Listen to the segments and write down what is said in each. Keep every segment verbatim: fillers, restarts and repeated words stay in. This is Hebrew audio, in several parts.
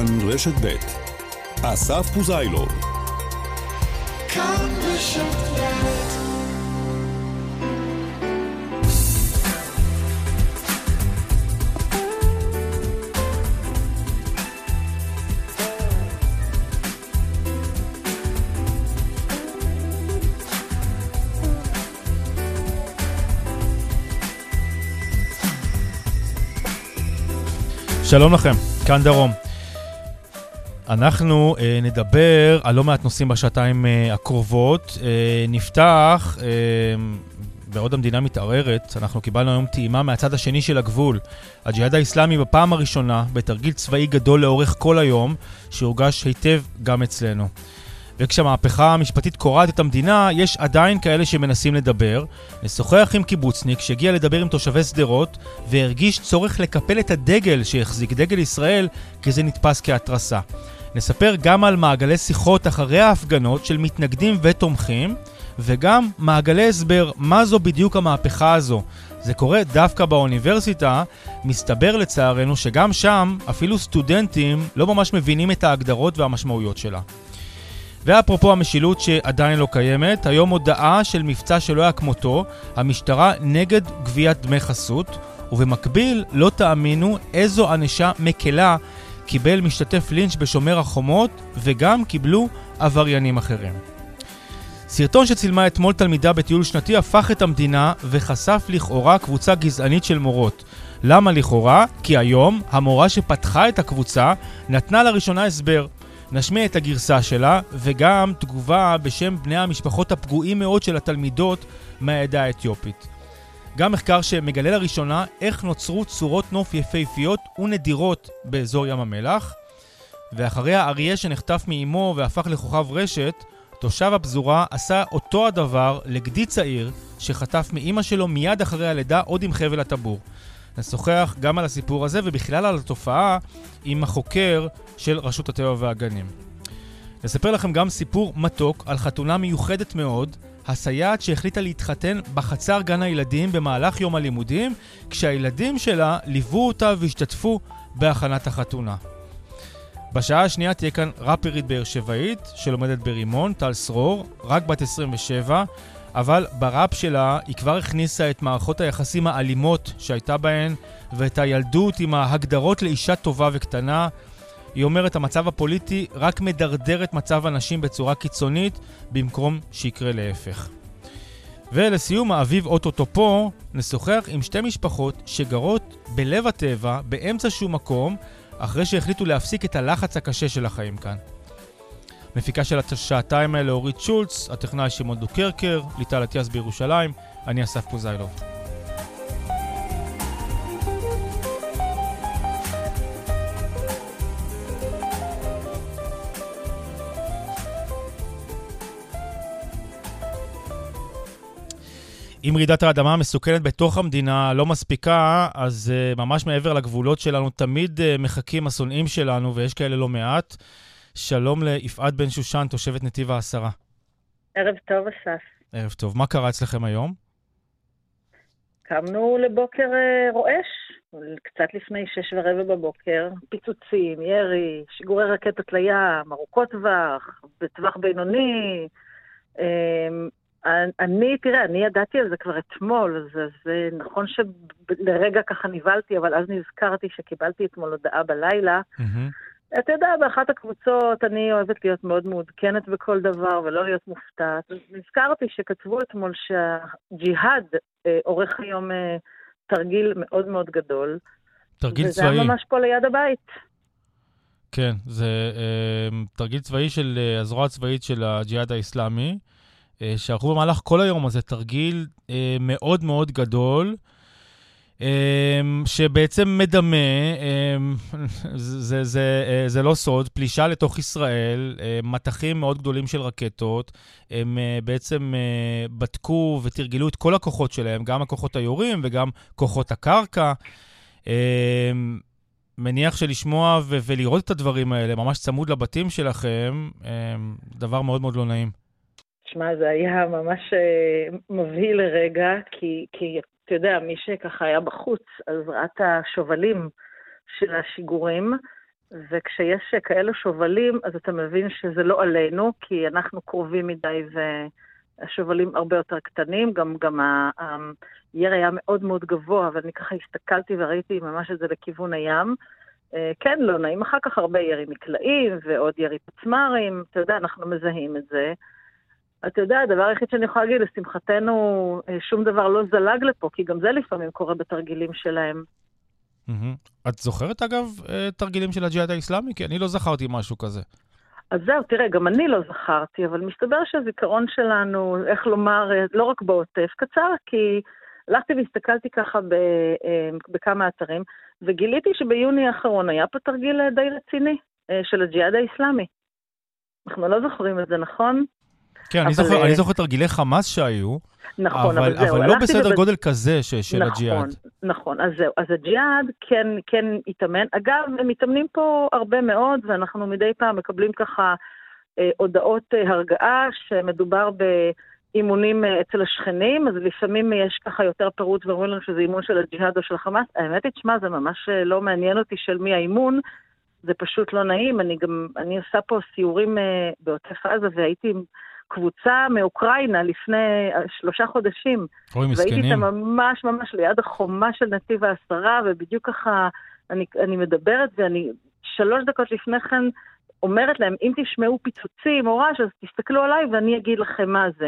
כאן רשת ב' אסף פוזיילוב. כאן רשת ב'. שלום לכם, כאן דרום. אנחנו אה, נדבר על לא מעט נושאים בשעתיים אה, הקרובות. אה, נפתח, אה, בעוד המדינה מתערערת, אנחנו קיבלנו היום טעימה מהצד השני של הגבול. הג'יהאד האסלאמי בפעם הראשונה, בתרגיל צבאי גדול לאורך כל היום, שהורגש היטב גם אצלנו. וכשהמהפכה המשפטית קורעת את המדינה, יש עדיין כאלה שמנסים לדבר. נשוחח עם קיבוצניק שהגיע לדבר עם תושבי סדרות, והרגיש צורך לקפל את הדגל שהחזיק דגל ישראל, כי זה נתפס כהתרסה. נספר גם על מעגלי שיחות אחרי ההפגנות של מתנגדים ותומכים, וגם מעגלי הסבר מה זו בדיוק המהפכה הזו. זה קורה דווקא באוניברסיטה, מסתבר לצערנו שגם שם אפילו סטודנטים לא ממש מבינים את ההגדרות והמשמעויות שלה. ואפרופו המשילות שעדיין לא קיימת, היום הודעה של מבצע שלא היה כמותו, המשטרה נגד גביית דמי חסות, ובמקביל לא תאמינו איזו ענישה מקלה קיבל משתתף לינץ' בשומר החומות, וגם קיבלו עבריינים אחרים. סרטון שצילמה אתמול תלמידה בטיול שנתי הפך את המדינה וחשף לכאורה קבוצה גזענית של מורות. למה לכאורה? כי היום המורה שפתחה את הקבוצה נתנה לראשונה הסבר. נשמיע את הגרסה שלה וגם תגובה בשם בני המשפחות הפגועים מאוד של התלמידות מהעדה האתיופית. גם מחקר שמגלה לראשונה איך נוצרו צורות נוף יפהפיות ונדירות באזור ים המלח. ואחריה אריה שנחטף מאימו והפך לכוכב רשת, תושב הפזורה עשה אותו הדבר לגדי צעיר שחטף מאימא שלו מיד אחרי הלידה עוד עם חבל הטבור. נשוחח גם על הסיפור הזה ובכלל על התופעה עם החוקר של רשות הטבע והגנים. נספר לכם גם סיפור מתוק על חתונה מיוחדת מאוד, הסייעת שהחליטה להתחתן בחצר גן הילדים במהלך יום הלימודים, כשהילדים שלה ליוו אותה והשתתפו בהכנת החתונה. בשעה השנייה תהיה כאן רפרית באר שבעית שלומדת ברימון, טל סרור, רק בת עשרים ושבע, אבל בראפ שלה היא כבר הכניסה את מערכות היחסים האלימות שהייתה בהן, ואת הילדות עם ההגדרות לאישה טובה וקטנה. היא אומרת המצב הפוליטי רק מדרדר את מצב הנשים בצורה קיצונית, במקום שיקרה להפך. ולסיום, האביב אוטוטו פה, נשוחח עם שתי משפחות שגרות בלב הטבע, באמצע שום מקום, אחרי שהחליטו להפסיק את הלחץ הקשה של החיים כאן. מפיקה של השעתיים האלה אורית שולץ, הטכנאי שמעון דוקרקר, ליטל אטיאס בירושלים, אני אסף פוזיילוב. אם רעידת האדמה מסוכנת בתוך המדינה לא מספיקה, אז uh, ממש מעבר לגבולות שלנו תמיד uh, מחכים השונאים שלנו, ויש כאלה לא מעט. שלום ליפעת בן שושן, תושבת נתיב העשרה. ערב טוב, אסף. ערב טוב. מה קרה אצלכם היום? קמנו לבוקר uh, רועש, קצת לפני שש ורבע בבוקר, פיצוצים, ירי, שיגורי רקטות לים, ארוכות טווח, בטווח בינוני. Um, אני, תראה, אני ידעתי על זה כבר אתמול, זה, זה נכון שלרגע ככה ניבלתי, אבל אז נזכרתי שקיבלתי אתמול הודעה בלילה. Mm-hmm. אתה יודע, באחת הקבוצות אני אוהבת להיות מאוד מעודכנת בכל דבר, ולא להיות מופתעת. נזכרתי שכתבו אתמול שהג'יהאד אה, עורך היום אה, תרגיל מאוד מאוד גדול. תרגיל וזה צבאי. וזה היה ממש פה ליד הבית. כן, זה אה, תרגיל צבאי של אה, הזרוע הצבאית של הג'יהאד האסלאמי, שערכו במהלך כל היום הזה תרגיל אה, מאוד מאוד גדול, אה, שבעצם מדמה, אה, זה, זה, זה, אה, זה לא סוד, פלישה לתוך ישראל, אה, מתחים מאוד גדולים של רקטות, הם אה, בעצם אה, בדקו ותרגלו את כל הכוחות שלהם, גם הכוחות היורים וגם כוחות הקרקע. אה, מניח שלשמוע ו- ולראות את הדברים האלה, ממש צמוד לבתים שלכם, אה, דבר מאוד מאוד לא נעים. תשמע, זה היה ממש uh, מבהיל לרגע, כי, כי אתה יודע, מי שככה היה בחוץ, אז ראה את השובלים של השיגורים, וכשיש כאלו שובלים, אז אתה מבין שזה לא עלינו, כי אנחנו קרובים מדי והשובלים הרבה יותר קטנים, גם, גם הירי היה מאוד מאוד גבוה, אבל אני ככה הסתכלתי וראיתי ממש את זה לכיוון הים. כן, לא נעים, אחר כך הרבה ירי מקלעים ועוד ירי פצמרים, אתה יודע, אנחנו מזהים את זה. אתה יודע, הדבר היחיד שאני יכולה להגיד, לשמחתנו שום דבר לא זלג לפה, כי גם זה לפעמים קורה בתרגילים שלהם. את זוכרת אגב תרגילים של הג'יהאד האסלאמי? כי אני לא זכרתי משהו כזה. אז זהו, תראה, גם אני לא זכרתי, אבל מסתבר שהזיכרון שלנו, איך לומר, לא רק בעוטף, קצר, כי הלכתי והסתכלתי ככה בכמה אתרים, וגיליתי שביוני האחרון היה פה תרגיל די רציני של הג'יהאד האסלאמי. אנחנו לא זוכרים את זה, נכון? כן, אני זוכר, אני זוכר תרגילי חמאס שהיו, נכון, אבל, אבל זהו. אבל לא בסדר בבד... גודל כזה ש, של נכון, הג'יהאד. נכון, אז זהו. אז הג'יהאד כן, כן התאמן. אגב, הם מתאמנים פה הרבה מאוד, ואנחנו מדי פעם מקבלים ככה אה, הודעות אה, הרגעה, שמדובר באימונים אה, אצל השכנים, אז לפעמים יש ככה יותר פירוט, ואומרים לנו שזה אימון של הג'יהאד או של חמאס. האמת היא, תשמע, זה ממש אה, לא מעניין אותי של מי האימון, זה פשוט לא נעים. אני גם, אני עושה פה סיורים אה, בעוטף עזה, והייתי קבוצה מאוקראינה לפני שלושה חודשים. אוי, מסכנים. והייתי איתה ממש ממש ליד החומה של נתיב העשרה, ובדיוק ככה אני, אני מדברת, ואני שלוש דקות לפני כן אומרת להם, אם תשמעו פיצוצים או רעש, אז תסתכלו עליי ואני אגיד לכם מה זה.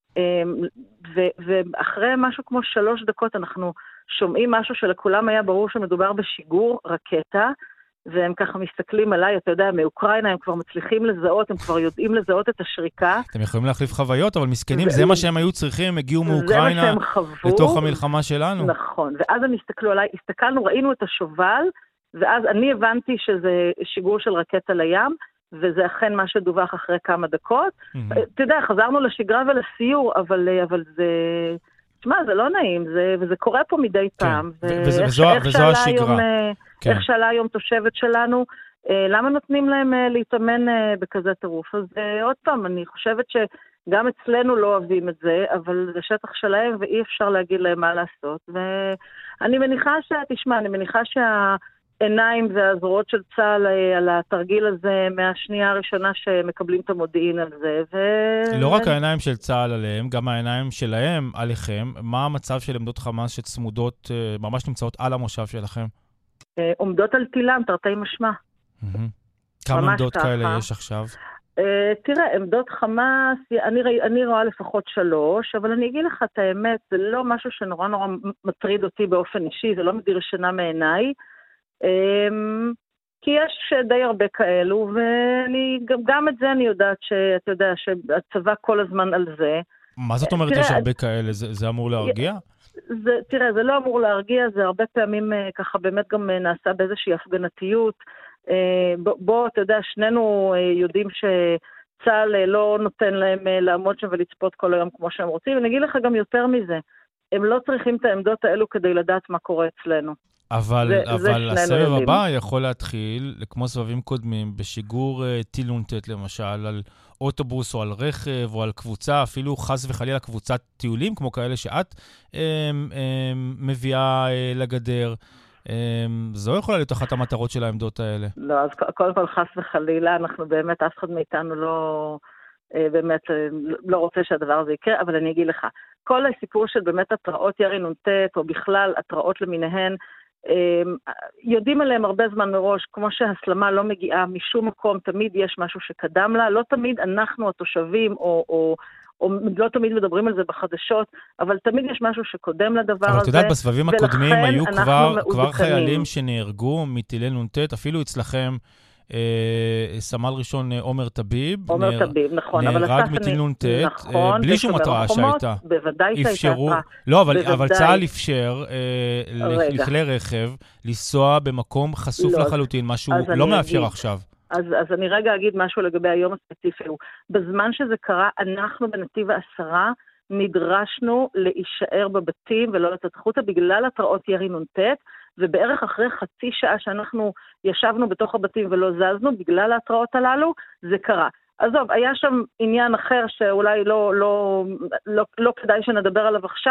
ו- ואחרי משהו כמו שלוש דקות אנחנו שומעים משהו שלכולם היה ברור שמדובר בשיגור רקטה, והם ככה מסתכלים עליי, אתה יודע, מאוקראינה הם כבר מצליחים לזהות, הם כבר יודעים לזהות את השריקה. אתם יכולים להחליף חוויות, אבל מסכנים, זה מה שהם היו צריכים, הם הגיעו מאוקראינה לתוך המלחמה שלנו. נכון, ואז הם הסתכלו עליי, הסתכלנו, ראינו את השובל, ואז אני הבנתי שזה שיגור של רקטה לים, וזה אכן מה שדווח אחרי כמה דקות. אתה יודע, חזרנו לשגרה ולסיור, אבל, אבל זה... תשמע, זה לא נעים, זה, וזה קורה פה מדי פעם. וזו, וזו, וזו השגרה. כן. איך שאלה היום תושבת שלנו, למה נותנים להם להתאמן בכזה טירוף? אז עוד פעם, אני חושבת שגם אצלנו לא אוהבים את זה, אבל זה שטח שלהם ואי אפשר להגיד להם מה לעשות. ואני מניחה ש... תשמע, אני מניחה שהעיניים והזרועות של צה"ל על התרגיל הזה מהשנייה הראשונה שמקבלים את המודיעין על זה. ו... לא רק העיניים של צה"ל עליהם, גם העיניים שלהם עליכם. מה המצב של עמדות חמאס שצמודות, ממש נמצאות על המושב שלכם? עומדות על טילם, תרתי משמע. כמה עמדות כאלה יש עכשיו? תראה, עמדות חמאס, אני רואה לפחות שלוש, אבל אני אגיד לך את האמת, זה לא משהו שנורא נורא מטריד אותי באופן אישי, זה לא מדיר שינה מעיניי, כי יש די הרבה כאלו, וגם את זה אני יודעת שאתה יודע שהצבא כל הזמן על זה. מה זאת אומרת יש הרבה כאלה? זה אמור להרגיע? זה, תראה, זה לא אמור להרגיע, זה הרבה פעמים ככה באמת גם נעשה באיזושהי הפגנתיות. בוא, בוא, אתה יודע, שנינו יודעים שצה"ל לא נותן להם לעמוד שם ולצפות כל היום כמו שהם רוצים, ואני אגיד לך גם יותר מזה, הם לא צריכים את העמדות האלו כדי לדעת מה קורה אצלנו. אבל, זה, אבל זה הסבב הבא יכול להתחיל, כמו סבבים קודמים, בשיגור טיל נ"ט למשל, על אוטובוס או על רכב או על קבוצה, אפילו חס וחלילה קבוצת טיולים, כמו כאלה שאת אה, אה, מביאה אה, לגדר. אה, זו יכולה להיות אחת המטרות של העמדות האלה. לא, אז קודם כל חס וחלילה, אנחנו באמת, אף אחד מאיתנו לא, אה, באמת, אה, לא רוצה שהדבר הזה יקרה, אבל אני אגיד לך, כל הסיפור של באמת התראות ירי נ"ט, או בכלל התראות למיניהן, יודעים עליהם הרבה זמן מראש, כמו שהסלמה לא מגיעה משום מקום, תמיד יש משהו שקדם לה, לא תמיד אנחנו התושבים, או, או, או לא תמיד מדברים על זה בחדשות, אבל תמיד יש משהו שקודם לדבר הזה. אבל את יודעת, בסבבים הקודמים היו כבר, כבר חיילים שנהרגו מטילי נ"ט, אפילו אצלכם, אה, סמל ראשון עומר טביב, עומר נהר, טביב, נכון, נהרג מטיל נ"ט, נכון, בלי שום התראה שהייתה. בוודאי אפשרו, שהייתה. לא, אבל, אבל צה"ל אפשר אה, לכלי רכב לנסוע במקום חשוף לא, לחלוטין, משהו לא מאפשר אגיד, עכשיו. אז, אז אני רגע אגיד משהו לגבי היום הספציפי. בזמן שזה קרה, אנחנו בנתיב העשרה נדרשנו להישאר בבתים ולא לצאת החוצה בגלל התראות ירי נ"ט, ובערך אחרי חצי שעה שאנחנו ישבנו בתוך הבתים ולא זזנו, בגלל ההתראות הללו, זה קרה. עזוב, היה שם עניין אחר שאולי לא, לא, לא, לא כדאי שנדבר עליו עכשיו,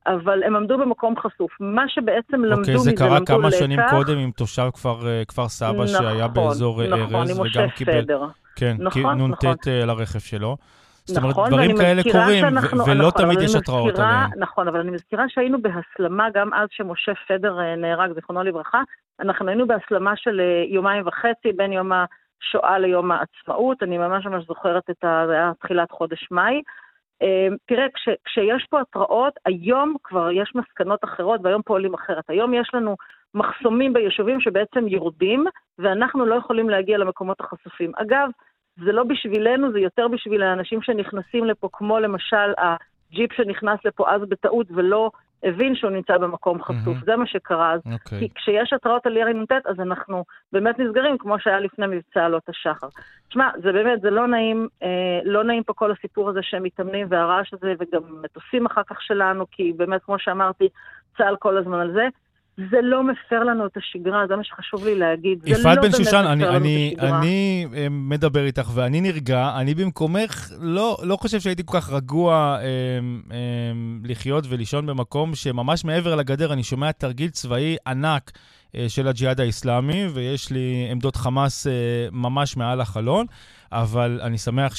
אבל הם עמדו במקום חשוף. מה שבעצם למדו מזה, אוקיי, זה קרה כמה לקח, שנים קודם עם תושב כפר, כפר סבא נכון, שהיה באזור נכון, ארז, וגם קיבל, פדר. כן, נכון, נונטט נכון. על הרכב שלו. זאת אומרת, נכון, דברים כאלה קורים, שאנחנו, ולא נכון, תמיד יש התראות עליהם. נכון, אבל אני מזכירה שהיינו בהסלמה, גם אז שמשה פדר נהרג, זיכרונו לברכה, אנחנו היינו בהסלמה של יומיים וחצי, בין יום השואה ליום העצמאות, אני ממש ממש זוכרת את תחילת חודש מאי. תראה, כש, כשיש פה התראות, היום כבר יש מסקנות אחרות, והיום פועלים אחרת. היום יש לנו מחסומים ביישובים שבעצם יורדים, ואנחנו לא יכולים להגיע למקומות החשופים. אגב, זה לא בשבילנו, זה יותר בשביל האנשים שנכנסים לפה, כמו למשל הג'יפ שנכנס לפה אז בטעות ולא הבין שהוא נמצא במקום חשוף. Mm-hmm. זה מה שקרה אז. Okay. כי כשיש התראות על ירי נונטט, אז אנחנו באמת נסגרים, כמו שהיה לפני מבצע עלות השחר. תשמע, זה באמת, זה לא נעים, אה, לא נעים פה כל הסיפור הזה שהם מתאמנים והרעש הזה, וגם מטוסים אחר כך שלנו, כי באמת, כמו שאמרתי, צהל כל הזמן על זה. זה לא מפר לנו את השגרה, זה מה שחשוב לי להגיד. יפעת בן שושן, אני, אני, אני מדבר איתך ואני נרגע, אני במקומך לא, לא חושב שהייתי כל כך רגוע אה, אה, לחיות ולישון במקום שממש מעבר לגדר אני שומע תרגיל צבאי ענק אה, של הג'יהאד האסלאמי, ויש לי עמדות חמאס אה, ממש מעל החלון, אבל אני שמח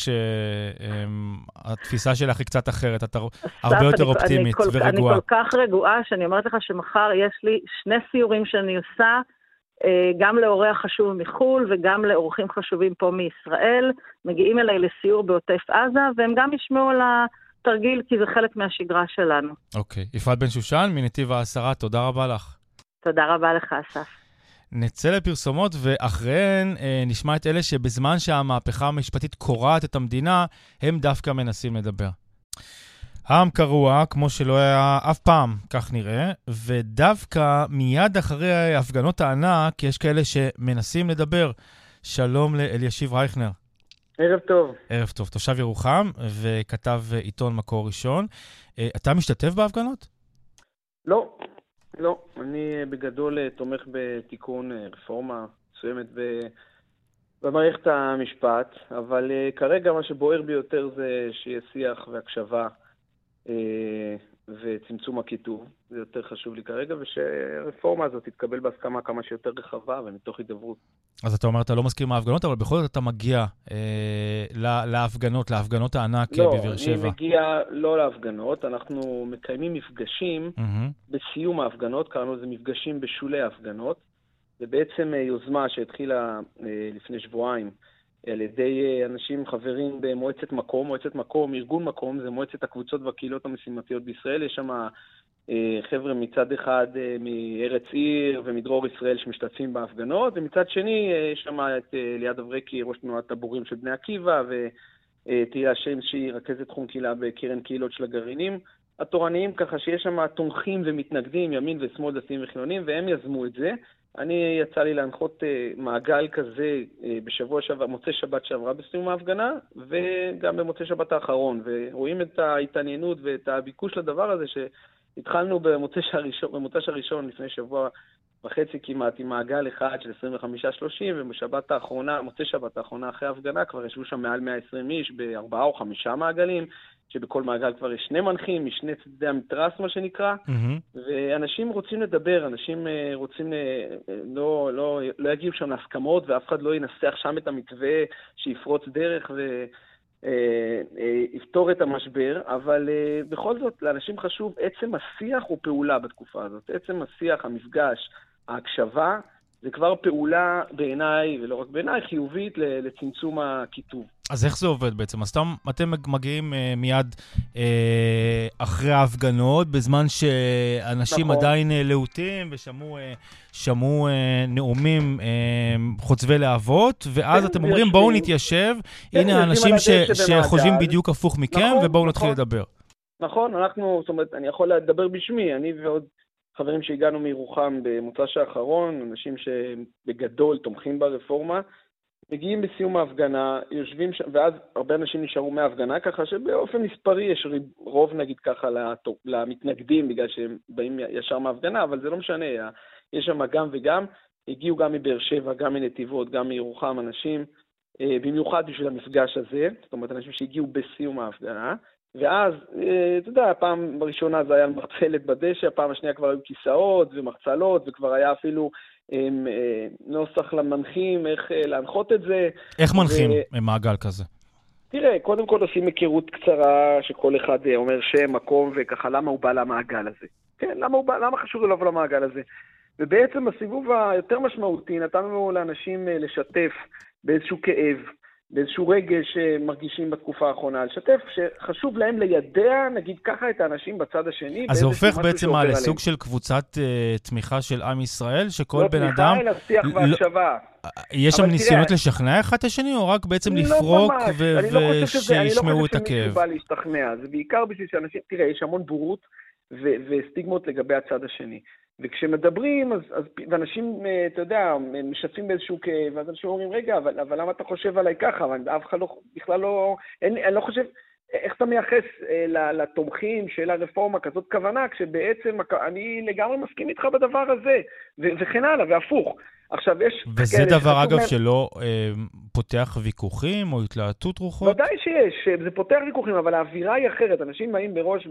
שהתפיסה שלך היא קצת אחרת, אתה הרבה יותר אופטימית ורגועה. אני כל כך רגועה שאני אומרת לך שמחר יש לי שני סיורים שאני עושה, גם לאורח חשוב מחול וגם לאורחים חשובים פה מישראל, מגיעים אליי לסיור בעוטף עזה, והם גם ישמעו על התרגיל כי זה חלק מהשגרה שלנו. אוקיי, יפעת בן שושן מנתיב העשרה, תודה רבה לך. תודה רבה לך, אסף. נצא לפרסומות, ואחריהן אה, נשמע את אלה שבזמן שהמהפכה המשפטית קורעת את המדינה, הם דווקא מנסים לדבר. העם קרוע, כמו שלא היה אף פעם, כך נראה, ודווקא מיד אחרי הפגנות הענק, יש כאלה שמנסים לדבר. שלום לאלישיב רייכנר. ערב טוב. ערב טוב, תושב ירוחם, וכתב עיתון מקור ראשון. אה, אתה משתתף בהפגנות? לא. לא, אני בגדול תומך בתיקון רפורמה מסוימת במערכת המשפט, אבל כרגע מה שבוער ביותר זה שיהיה שיח והקשבה וצמצום הכיתוב. זה יותר חשוב לי כרגע, ושהרפורמה הזאת תתקבל בהסכמה כמה שיותר רחבה ומתוך הידברות. אז אתה אומר, אתה לא מזכיר מההפגנות, אבל בכל זאת אתה מגיע אה, להפגנות, להפגנות הענק לא, בבאר שבע. לא, אני מגיע לא להפגנות, אנחנו מקיימים מפגשים mm-hmm. בסיום ההפגנות, קראנו לזה מפגשים בשולי ההפגנות, זה בעצם יוזמה שהתחילה אה, לפני שבועיים, על ידי אנשים חברים במועצת מקום, מועצת מקום, ארגון מקום, זה מועצת הקבוצות והקהילות המשימתיות בישראל, יש שם חבר'ה מצד אחד מארץ עיר ומדרור ישראל שמשתתפים בהפגנות, ומצד שני יש שם את ליעד אברקי, ראש תנועת טבורים של בני עקיבא, ותהילה שמס שהיא רכזת תחום קהילה בקרן קהילות של הגרעינים התורניים, ככה שיש שם תומכים ומתנגדים, ימין ושמאל, דתיים וחילונים, והם יזמו את זה. אני יצא לי להנחות uh, מעגל כזה uh, בשבוע שעבר, מוצאי שבת שעברה בסיום ההפגנה, וגם במוצאי שבת האחרון, ורואים את ההתעניינות ואת הביקוש לדבר הזה, שהתחלנו במוצאי הראשון, במוצאי הראשון לפני שבוע וחצי כמעט, עם מעגל אחד של עשרים וחמש שלושים, ובשבת האחרונה, מוצאי שבת האחרונה אחרי ההפגנה, כבר ישבו שם מעל מאה ועשרים איש, בארבעה או חמישה מעגלים, שבכל מעגל כבר יש שני מנחים, משני צדדי המתרס, מה שנקרא, mm-hmm. ואנשים רוצים לדבר, אנשים רוצים, לא, לא, לא יגיעו שם להסכמות, ואף אחד לא ינסח שם את המתווה שיפרוץ דרך ויפתור את המשבר, אבל בכל זאת, לאנשים חשוב, עצם השיח הוא פעולה בתקופה הזאת, עצם השיח, המפגש, ההקשבה, זה כבר פעולה בעיניי, ולא רק בעיניי, חיובית לצמצום הכיתוב. אז איך זה עובד בעצם? אז אתם מגיעים uh, מיד uh, אחרי ההפגנות, בזמן שאנשים נכון. עדיין uh, להוטים ושמעו uh, שמעו, uh, נאומים uh, חוצבי להבות, ואז אתם אומרים בואו נתיישב, הנה האנשים ש, שחושבים בדיוק הפוך מכם, נכון, ובואו נתחיל נכון. לדבר. נכון, אנחנו, זאת אומרת, אני יכול לדבר בשמי, אני ועוד חברים שהגענו מירוחם במוצ"ש האחרון, אנשים שבגדול תומכים ברפורמה, מגיעים בסיום ההפגנה, יושבים שם, ואז הרבה אנשים נשארו מההפגנה, ככה שבאופן מספרי יש רוב, נגיד ככה, למתנגדים, בגלל שהם באים ישר מההפגנה, אבל זה לא משנה, יש שם גם וגם, הגיעו גם מבאר שבע, גם מנתיבות, גם מירוחם אנשים, במיוחד בשביל המפגש הזה, זאת אומרת, אנשים שהגיעו בסיום ההפגנה, ואז, אתה יודע, הפעם הראשונה זה היה מרצלת בדשא, הפעם השנייה כבר היו כיסאות ומחצלות, וכבר היה אפילו הם, נוסח למנחים, איך להנחות את זה. איך מנחים ו... מעגל כזה? תראה, קודם כל עושים היכרות קצרה, שכל אחד אומר שם, מקום, וככה למה הוא בא למעגל הזה. כן, למה, הוא בא, למה חשוב לו לבוא למעגל הזה. ובעצם בסיבוב היותר משמעותי נתנו לאנשים לשתף באיזשהו כאב, באיזשהו רגש שמרגישים בתקופה האחרונה, לשתף שחשוב להם לידע, נגיד ככה, את האנשים בצד השני. אז זה הופך בעצם על סוג של קבוצת uh, תמיכה של עם ישראל, שכל לא בן תמיכה, אדם... אלא שיח והקשבה. יש שם ניסיונות תראה, לשכנע אחד את השני, או רק בעצם לפרוק לא ו- ושישמעו את הכאב? אני לא חושב שמישהו בא להשתכנע, זה בעיקר בשביל שאנשים, תראה, יש המון בורות ו- וסטיגמות לגבי הצד השני. וכשמדברים, אז, אז אנשים, אתה יודע, משתפים באיזשהו כאב, אז אנשים אומרים, רגע, אבל, אבל למה אתה חושב עליי ככה? אבל אף אחד לא, בכלל לא, אין, אני לא חושב, איך אתה מייחס אה, לתומכים של הרפורמה כזאת כוונה, כשבעצם אני לגמרי מסכים איתך בדבר הזה, ו- וכן הלאה, והפוך. עכשיו, יש... וזה כאלה, דבר, אגב, להם... שלא אה, פותח ויכוחים או התלהטות רוחות? ודאי שיש, זה פותח ויכוחים, אבל האווירה היא אחרת. אנשים באים בראש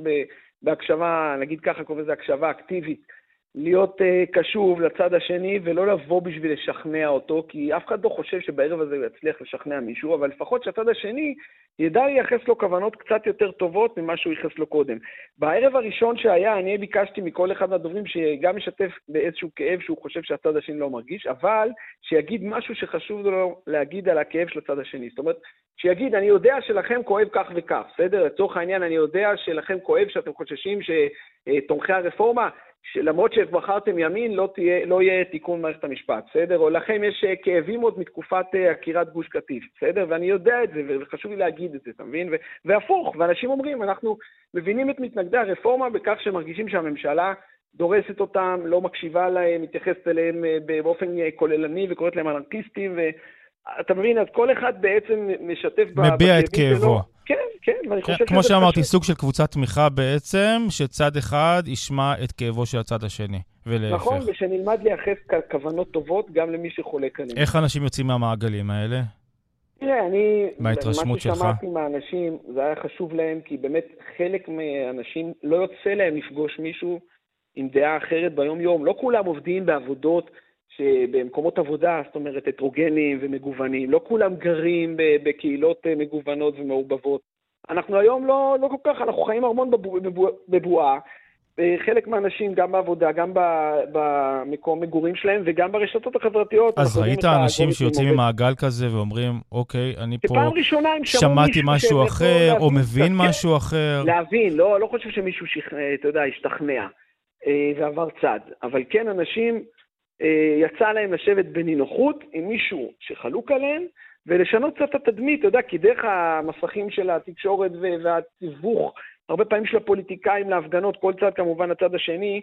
בהקשבה, נגיד ככה, קוראים לזה הקשבה אקטיבית, להיות uh, קשוב לצד השני ולא לבוא בשביל לשכנע אותו, כי אף אחד לא חושב שבערב הזה הוא יצליח לשכנע מישהו, אבל לפחות שהצד השני ידע לייחס לו כוונות קצת יותר טובות ממה שהוא ייחס לו קודם. בערב הראשון שהיה, אני ביקשתי מכל אחד מהדוברים שגם ישתף באיזשהו כאב שהוא חושב שהצד השני לא מרגיש, אבל שיגיד משהו שחשוב לו להגיד על הכאב של הצד השני. זאת אומרת, שיגיד, אני יודע שלכם כואב כך וכך, בסדר? לצורך העניין, אני יודע שלכם כואב שאתם חוששים שתומכי הרפורמה, שלמרות שבחרתם ימין, לא, תהיה, לא יהיה תיקון מערכת המשפט, בסדר? או לכם יש כאבים עוד מתקופת עקירת גוש קטיף, בסדר? ואני יודע את זה, וחשוב לי להגיד את זה, אתה מבין? והפוך, ואנשים אומרים, אנחנו מבינים את מתנגדי הרפורמה בכך שמרגישים שהממשלה דורסת אותם, לא מקשיבה להם, מתייחסת אליהם באופן כוללני, וקוראת להם אנרכיסטים, ואתה מבין, אז כל אחד בעצם משתף... מביע את כאבו. כן, כן, ואני חושב שזה... כמו שאמרתי, סוג של קבוצת תמיכה בעצם, שצד אחד ישמע את כאבו של הצד השני, ולהפך. נכון, ושנלמד לייחס כוונות טובות גם למי שחולק עליהם. איך אנשים יוצאים מהמעגלים האלה? תראה, אני... מההתרשמות שלך? מה ששמעתי מהאנשים, זה היה חשוב להם, כי באמת חלק מהאנשים לא יוצא להם לפגוש מישהו עם דעה אחרת ביום-יום. לא כולם עובדים בעבודות שבמקומות עבודה, זאת אומרת, הטרוגנים ומגוונים. לא כולם גרים בקהילות מגוונות ומעורבבות. אנחנו היום לא, לא כל כך, אנחנו חיים המון בבועה. חלק מהאנשים גם בעבודה, גם במקום מגורים שלהם, וגם ברשתות החברתיות. אז ראית אנשים שיוצאים ממעגל כזה ואומרים, אוקיי, אני פה שמעתי משהו אחר, או מבין משהו אחר. להבין, לא, לא חושב שמישהו, אתה יודע, השתכנע ועבר צד. אבל כן, אנשים יצא להם לשבת בנינוחות עם מישהו שחלוק עליהם, ולשנות קצת את התדמית, אתה יודע, כי דרך המסכים של התקשורת והתיווך, הרבה פעמים של הפוליטיקאים להפגנות, כל צד כמובן הצד השני,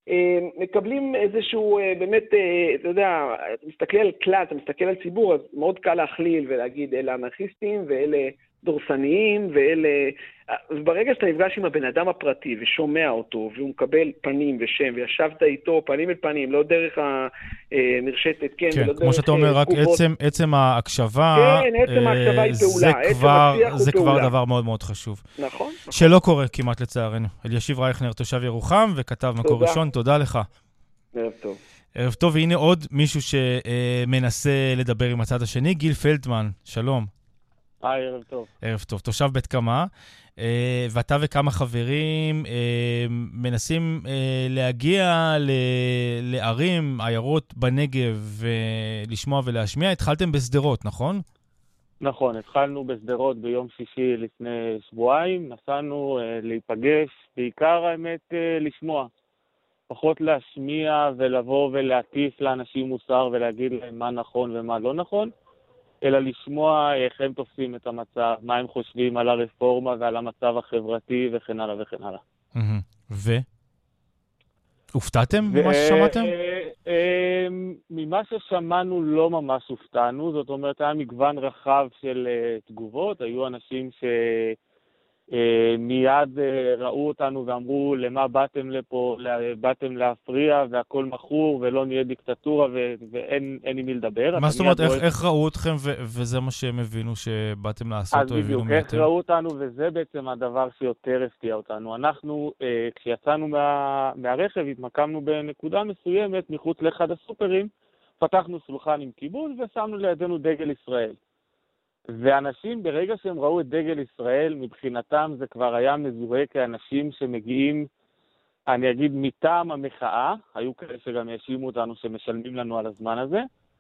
מקבלים איזשהו, באמת, אתה יודע, אתה מסתכל על כלל, אתה מסתכל על ציבור, אז מאוד קל להכליל ולהגיד, אלה אנרכיסטים ואלה דורסניים, ואלה... וברגע שאתה נפגש עם הבן אדם הפרטי ושומע אותו, והוא מקבל פנים ושם, וישבת איתו פנים אל פנים, לא דרך המרשתת, כן, כן, ולא דרך... כמו שאתה אומר, רק עצם, עצם ההקשבה, כן, עצם ההקשבה היא פעולה, זה כבר, זה כבר דבר מאוד מאוד חשוב. נכון. שלא קורה כמעט לצערנו. אלישיב רייכנר, תושב ירוחם, וכתב מקור ראשון, תודה לך. ערב טוב. ערב טוב, והנה עוד מישהו שמנסה לדבר עם הצד השני, גיל פלדמן, שלום. היי, ערב טוב. ערב טוב, תושב בית קמה, ואתה וכמה חברים מנסים להגיע לערים, עיירות בנגב, ולשמוע ולהשמיע. התחלתם בסדרות, נכון? נכון, התחלנו בסדרות ביום שישי לפני שבועיים, נסענו להיפגש, בעיקר האמת לשמוע. פחות להשמיע ולבוא ולהטיף לאנשים מוסר ולהגיד להם מה נכון ומה לא נכון, אלא לשמוע איך הם תופסים את המצב, מה הם חושבים על הרפורמה ועל המצב החברתי וכן הלאה וכן הלאה. ו? הופתעתם ממה ששמעתם? ממה ששמענו לא ממש הופתענו, זאת אומרת היה מגוון רחב של תגובות, היו אנשים מיד ראו אותנו ואמרו, למה באתם לפה, באתם להפריע והכל מכור ולא נהיה דיקטטורה ואין עם מי לדבר. מה זאת אומרת, איך ראו אתכם וזה מה שהם הבינו שבאתם לעשות או הבינו מי אתם? אז בדיוק, איך ראו אותנו וזה בעצם הדבר שיותר הפתיע אותנו. אנחנו, כשיצאנו מהרכב, התמקמנו בנקודה מסוימת מחוץ לאחד הסופרים, פתחנו סולחן עם כיבוד ושמנו לידינו דגל ישראל. ואנשים, ברגע שהם ראו את דגל ישראל, מבחינתם זה כבר היה מזוהה כאנשים שמגיעים, אני אגיד, מטעם המחאה, היו כאלה שגם האשימו אותנו שמשלמים לנו על הזמן הזה.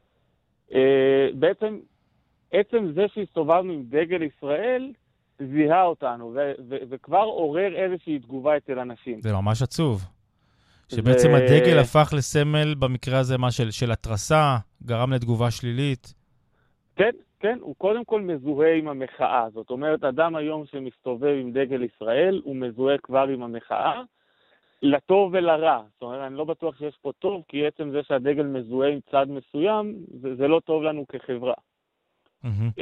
בעצם, עצם זה שהסתובבנו עם דגל ישראל, זיהה אותנו, ו- ו- וכבר עורר איזושהי תגובה אצל אנשים. זה ממש עצוב. שבעצם זה... הדגל הפך לסמל במקרה הזה מה של, של התרסה, גרם לתגובה שלילית. כן. כן, הוא קודם כל מזוהה עם המחאה. זאת אומרת, אדם היום שמסתובב עם דגל ישראל, הוא מזוהה כבר עם המחאה, לטוב ולרע. זאת אומרת, אני לא בטוח שיש פה טוב, כי עצם זה שהדגל מזוהה עם צד מסוים, זה, זה לא טוב לנו כחברה. Mm-hmm.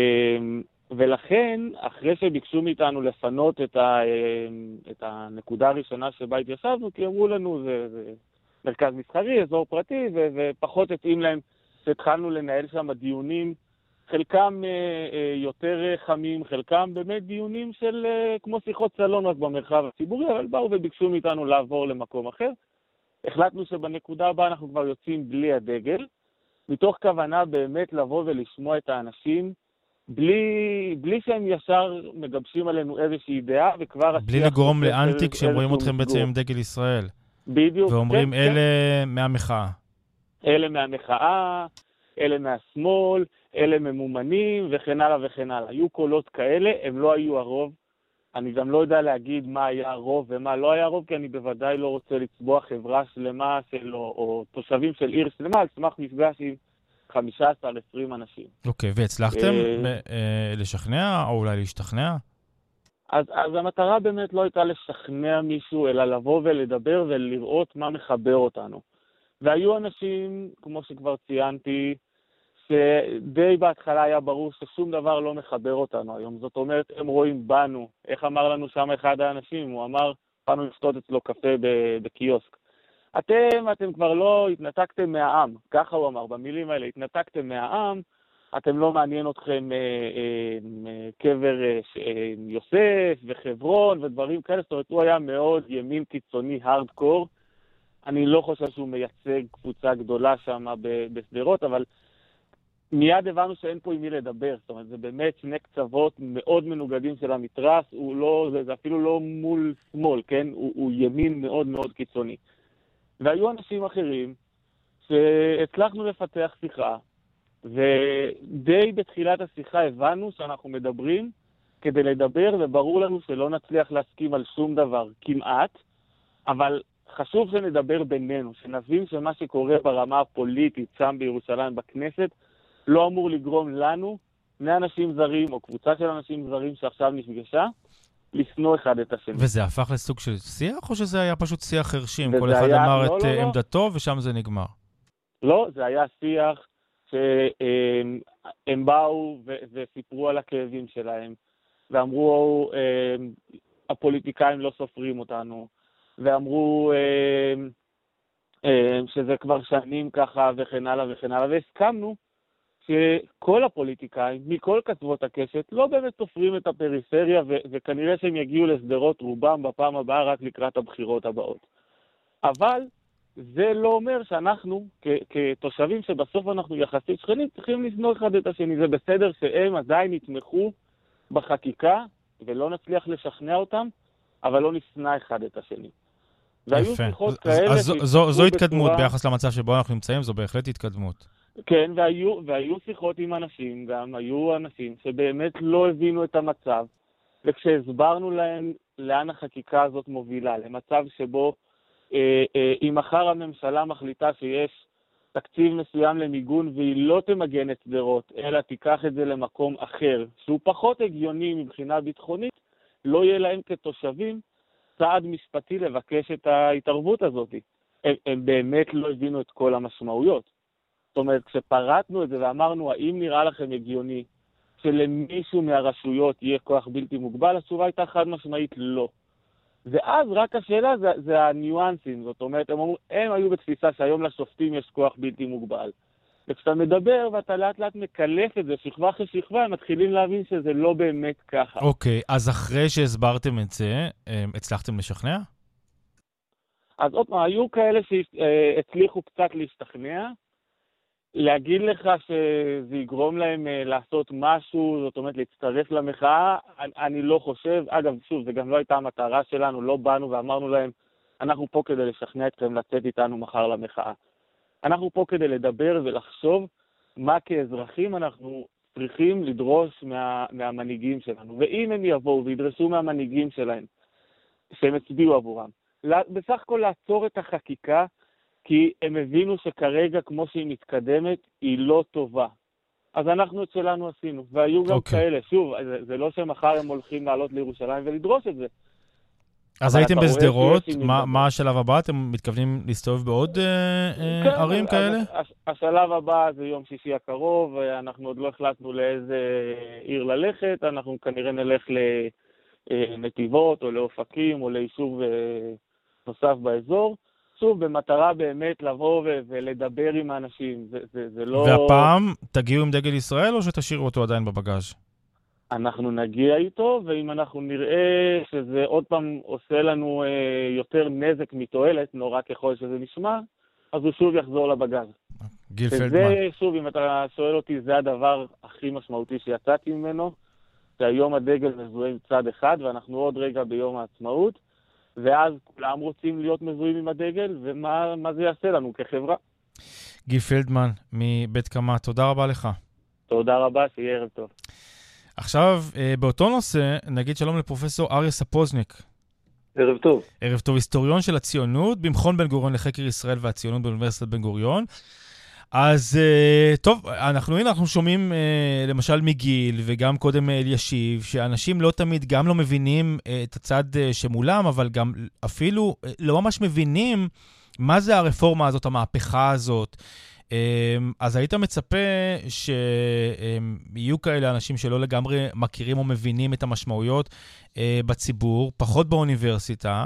ולכן, אחרי שביקשו מאיתנו לפנות את, ה, את הנקודה הראשונה שבה התיישבנו, כי אמרו לנו, זה, זה מרכז מסחרי, אזור פרטי, ו, ופחות התאים להם שהתחלנו לנהל שם דיונים, חלקם אה, יותר חמים, חלקם באמת דיונים של אה, כמו שיחות סלון רק במרחב הציבורי, אבל באו וביקשו מאיתנו לעבור למקום אחר. החלטנו שבנקודה הבאה אנחנו כבר יוצאים בלי הדגל, מתוך כוונה באמת לבוא ולשמוע את האנשים, בלי, בלי שהם ישר מגבשים עלינו איזושהי דעה, וכבר... בלי לגרום לאנטי כשהם רואים אתכם בעצם עם דגל ישראל. בדיוק. ואומרים, כן, אלה כן. מהמחאה. אלה מהמחאה, אלה מהשמאל, אלה ממומנים וכן הלאה וכן הלאה. היו קולות כאלה, הם לא היו הרוב. אני גם לא יודע להגיד מה היה הרוב ומה לא היה הרוב, כי אני בוודאי לא רוצה לצבוע חברה שלמה של, או, או תושבים של עיר שלמה, על סמך מפגש עם חמישה עשר עד עשרים אנשים. אוקיי, והצלחתם לשכנע או אולי להשתכנע? אז, אז המטרה באמת לא הייתה לשכנע מישהו, אלא לבוא ולדבר ולראות מה מחבר אותנו. והיו אנשים, כמו שכבר ציינתי, שדי בהתחלה היה ברור ששום דבר לא מחבר אותנו היום. זאת אומרת, הם רואים בנו. איך אמר לנו שם אחד האנשים? הוא אמר, באנו לשתות אצלו קפה בקיוסק. אתם, אתם כבר לא התנתקתם מהעם. ככה הוא אמר, במילים האלה, התנתקתם מהעם, אתם לא מעניין אתכם אה, אה, אה, קבר אה, אה, יוסף וחברון ודברים כאלה. זאת אומרת, הוא היה מאוד ימין קיצוני, הארדקור. אני לא חושב שהוא מייצג קבוצה גדולה שם בסדרות, אבל מיד הבנו שאין פה עם מי לדבר. זאת אומרת, זה באמת שני קצוות מאוד מנוגדים של המתרס, הוא לא, זה, זה אפילו לא מול שמאל, כן? הוא, הוא ימין מאוד מאוד קיצוני. והיו אנשים אחרים שהצלחנו לפתח שיחה, ודי בתחילת השיחה הבנו שאנחנו מדברים כדי לדבר, וברור לנו שלא נצליח להסכים על שום דבר, כמעט, אבל חשוב שנדבר בינינו, שנבין שמה שקורה ברמה הפוליטית שם בירושלים בכנסת, לא אמור לגרום לנו, בני אנשים זרים או קבוצה של אנשים זרים שעכשיו נפגשה, לשנוא אחד את השני. וזה הפך לסוג של שיח, או שזה היה פשוט שיח חרשים? כל אחד היה, אמר לא, את לא, עמדתו לא. ושם זה נגמר. לא, זה היה שיח שהם הם באו ו- וסיפרו על הכאבים שלהם, ואמרו, הפוליטיקאים לא סופרים אותנו, ואמרו שזה כבר שנים ככה וכן הלאה וכן הלאה, והסכמנו שכל הפוליטיקאים, מכל קצוות הקשת, לא באמת תופרים את הפריפריה, ו- וכנראה שהם יגיעו לסדרות רובם בפעם הבאה רק לקראת הבחירות הבאות. אבל זה לא אומר שאנחנו, כ- כתושבים שבסוף אנחנו יחסית שכנים, צריכים לשנוא אחד את השני. זה בסדר שהם עדיין יתמכו בחקיקה, ולא נצליח לשכנע אותם, אבל לא נשנא אחד את השני. והיו שיחות כאלה... אז זו, זו, זו התקדמות בצורה... ביחס למצב שבו אנחנו נמצאים, זו בהחלט התקדמות. כן, והיו, והיו שיחות עם אנשים, גם היו אנשים שבאמת לא הבינו את המצב, וכשהסברנו להם לאן החקיקה הזאת מובילה, למצב שבו אה, אה, אם מחר הממשלה מחליטה שיש תקציב מסוים למיגון והיא לא תמגן את סדרות, אלא תיקח את זה למקום אחר, שהוא פחות הגיוני מבחינה ביטחונית, לא יהיה להם כתושבים צעד משפטי לבקש את ההתערבות הזאת. הם, הם באמת לא הבינו את כל המשמעויות. זאת אומרת, כשפרטנו את זה ואמרנו, האם נראה לכם הגיוני שלמישהו מהרשויות יהיה כוח בלתי מוגבל? התשובה הייתה חד משמעית לא. ואז רק השאלה זה, זה הניואנסים, זאת אומרת, הם, אמרו, הם היו בתפיסה שהיום לשופטים יש כוח בלתי מוגבל. וכשאתה מדבר ואתה לאט לאט מקלף את זה, שכבה אחרי שכבה, הם מתחילים להבין שזה לא באמת ככה. אוקיי, אז אחרי שהסברתם את זה, הצלחתם לשכנע? אז עוד פעם, היו כאלה שהצליחו קצת להשתכנע, להגיד לך שזה יגרום להם לעשות משהו, זאת אומרת להצטרף למחאה, אני, אני לא חושב. אגב, שוב, זה גם לא הייתה המטרה שלנו, לא באנו ואמרנו להם, אנחנו פה כדי לשכנע אתכם לצאת איתנו מחר למחאה. אנחנו פה כדי לדבר ולחשוב מה כאזרחים אנחנו צריכים לדרוש מה, מהמנהיגים שלנו. ואם הם יבואו וידרשו מהמנהיגים שלהם, שהם הצביעו עבורם, בסך הכל לעצור את החקיקה, כי הם הבינו שכרגע, כמו שהיא מתקדמת, היא לא טובה. אז אנחנו את שלנו עשינו, והיו גם okay. כאלה. שוב, זה, זה לא שמחר הם הולכים לעלות לירושלים ולדרוש את זה. אז הייתם בסדרות, מה, מה השלב הבא? אתם מתכוונים להסתובב בעוד כן, ערים כאלה? הש, השלב הבא זה יום שישי הקרוב, אנחנו עוד לא החלטנו לאיזה עיר ללכת, אנחנו כנראה נלך לנתיבות או לאופקים או ליישוב נוסף באזור. שוב, במטרה באמת לבוא ו- ולדבר עם האנשים, זה, זה, זה לא... והפעם תגיעו עם דגל ישראל או שתשאירו אותו עדיין בבגז'? אנחנו נגיע איתו, ואם אנחנו נראה שזה עוד פעם עושה לנו אה, יותר נזק מתועלת, נורא ככל שזה נשמע, אז הוא שוב יחזור לבגז. גיל וזה, פלדמן. וזה, שוב, אם אתה שואל אותי, זה הדבר הכי משמעותי שיצאתי ממנו, שהיום הדגל מזוהה עם צד אחד, ואנחנו עוד רגע ביום העצמאות, ואז כולם רוצים להיות מזוהים עם הדגל, ומה מה זה יעשה לנו כחברה. גיל פלדמן מבית קמה, תודה רבה לך. תודה רבה, שיהיה ערב טוב. עכשיו, באותו נושא, נגיד שלום לפרופסור אריה ספוזניק. ערב טוב. ערב טוב, היסטוריון של הציונות, במכון בן גוריון לחקר ישראל והציונות באוניברסיטת בן גוריון. אז טוב, אנחנו הנה, אנחנו שומעים למשל מגיל וגם קודם אלישיב, שאנשים לא תמיד גם לא מבינים את הצד שמולם, אבל גם אפילו לא ממש מבינים מה זה הרפורמה הזאת, המהפכה הזאת. אז היית מצפה שיהיו כאלה אנשים שלא לגמרי מכירים או מבינים את המשמעויות בציבור, פחות באוניברסיטה,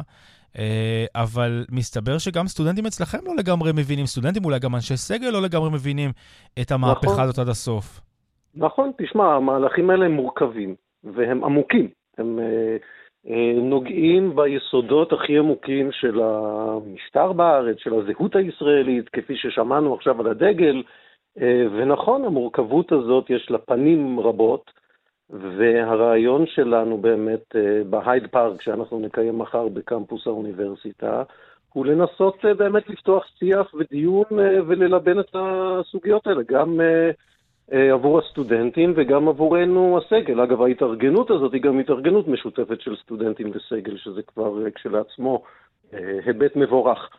אבל מסתבר שגם סטודנטים אצלכם לא לגמרי מבינים, סטודנטים אולי גם אנשי סגל לא לגמרי מבינים את המהפכה נכון. הזאת עד הסוף. נכון, תשמע, המהלכים האלה הם מורכבים והם עמוקים, הם נוגעים ביסודות הכי עמוקים של המשטר בארץ, של הזהות הישראלית, כפי ששמענו עכשיו על הדגל, ונכון, המורכבות הזאת יש לה פנים רבות, והרעיון שלנו באמת בהייד פארק, שאנחנו נקיים מחר בקמפוס האוניברסיטה, הוא לנסות באמת לפתוח שיח ודיון וללבן את הסוגיות האלה, גם עבור הסטודנטים וגם עבורנו הסגל. אגב, ההתארגנות הזאת היא גם התארגנות משותפת של סטודנטים וסגל, שזה כבר כשלעצמו היבט מבורך.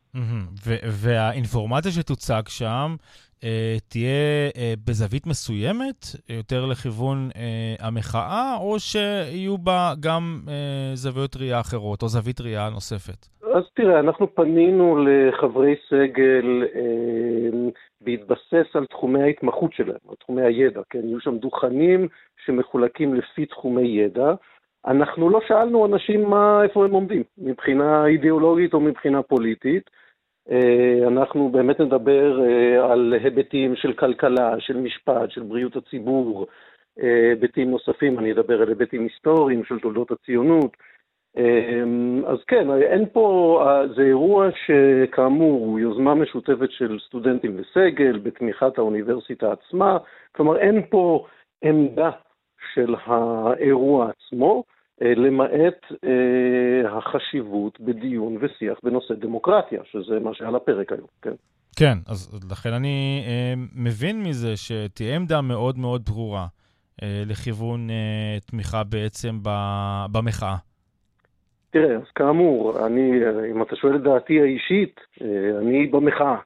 והאינפורמציה שתוצג שם תהיה בזווית מסוימת, יותר לכיוון המחאה, או שיהיו בה גם זוויות ראייה אחרות, או זווית ראייה נוספת? אז תראה, אנחנו פנינו לחברי סגל בהתבסס על תחומי ההתמחות שלהם, על תחומי הידע, כן? יהיו שם דוכנים שמחולקים לפי תחומי ידע. אנחנו לא שאלנו אנשים מה, איפה הם עומדים, מבחינה אידיאולוגית או מבחינה פוליטית. אנחנו באמת נדבר על היבטים של כלכלה, של משפט, של בריאות הציבור, היבטים נוספים, אני אדבר על היבטים היסטוריים של תולדות הציונות. אז כן, אין פה, זה אירוע שכאמור הוא יוזמה משותפת של סטודנטים וסגל, בתמיכת האוניברסיטה עצמה, כלומר אין פה עמדה של האירוע עצמו, למעט אה, החשיבות בדיון ושיח בנושא דמוקרטיה, שזה מה שעל הפרק היום, כן? כן, אז לכן אני אה, מבין מזה שתהיה עמדה מאוד מאוד ברורה אה, לכיוון אה, תמיכה בעצם ב, במחאה. תראה, אז כאמור, אני, אם אתה שואל את דעתי האישית, אה, אני במחאה.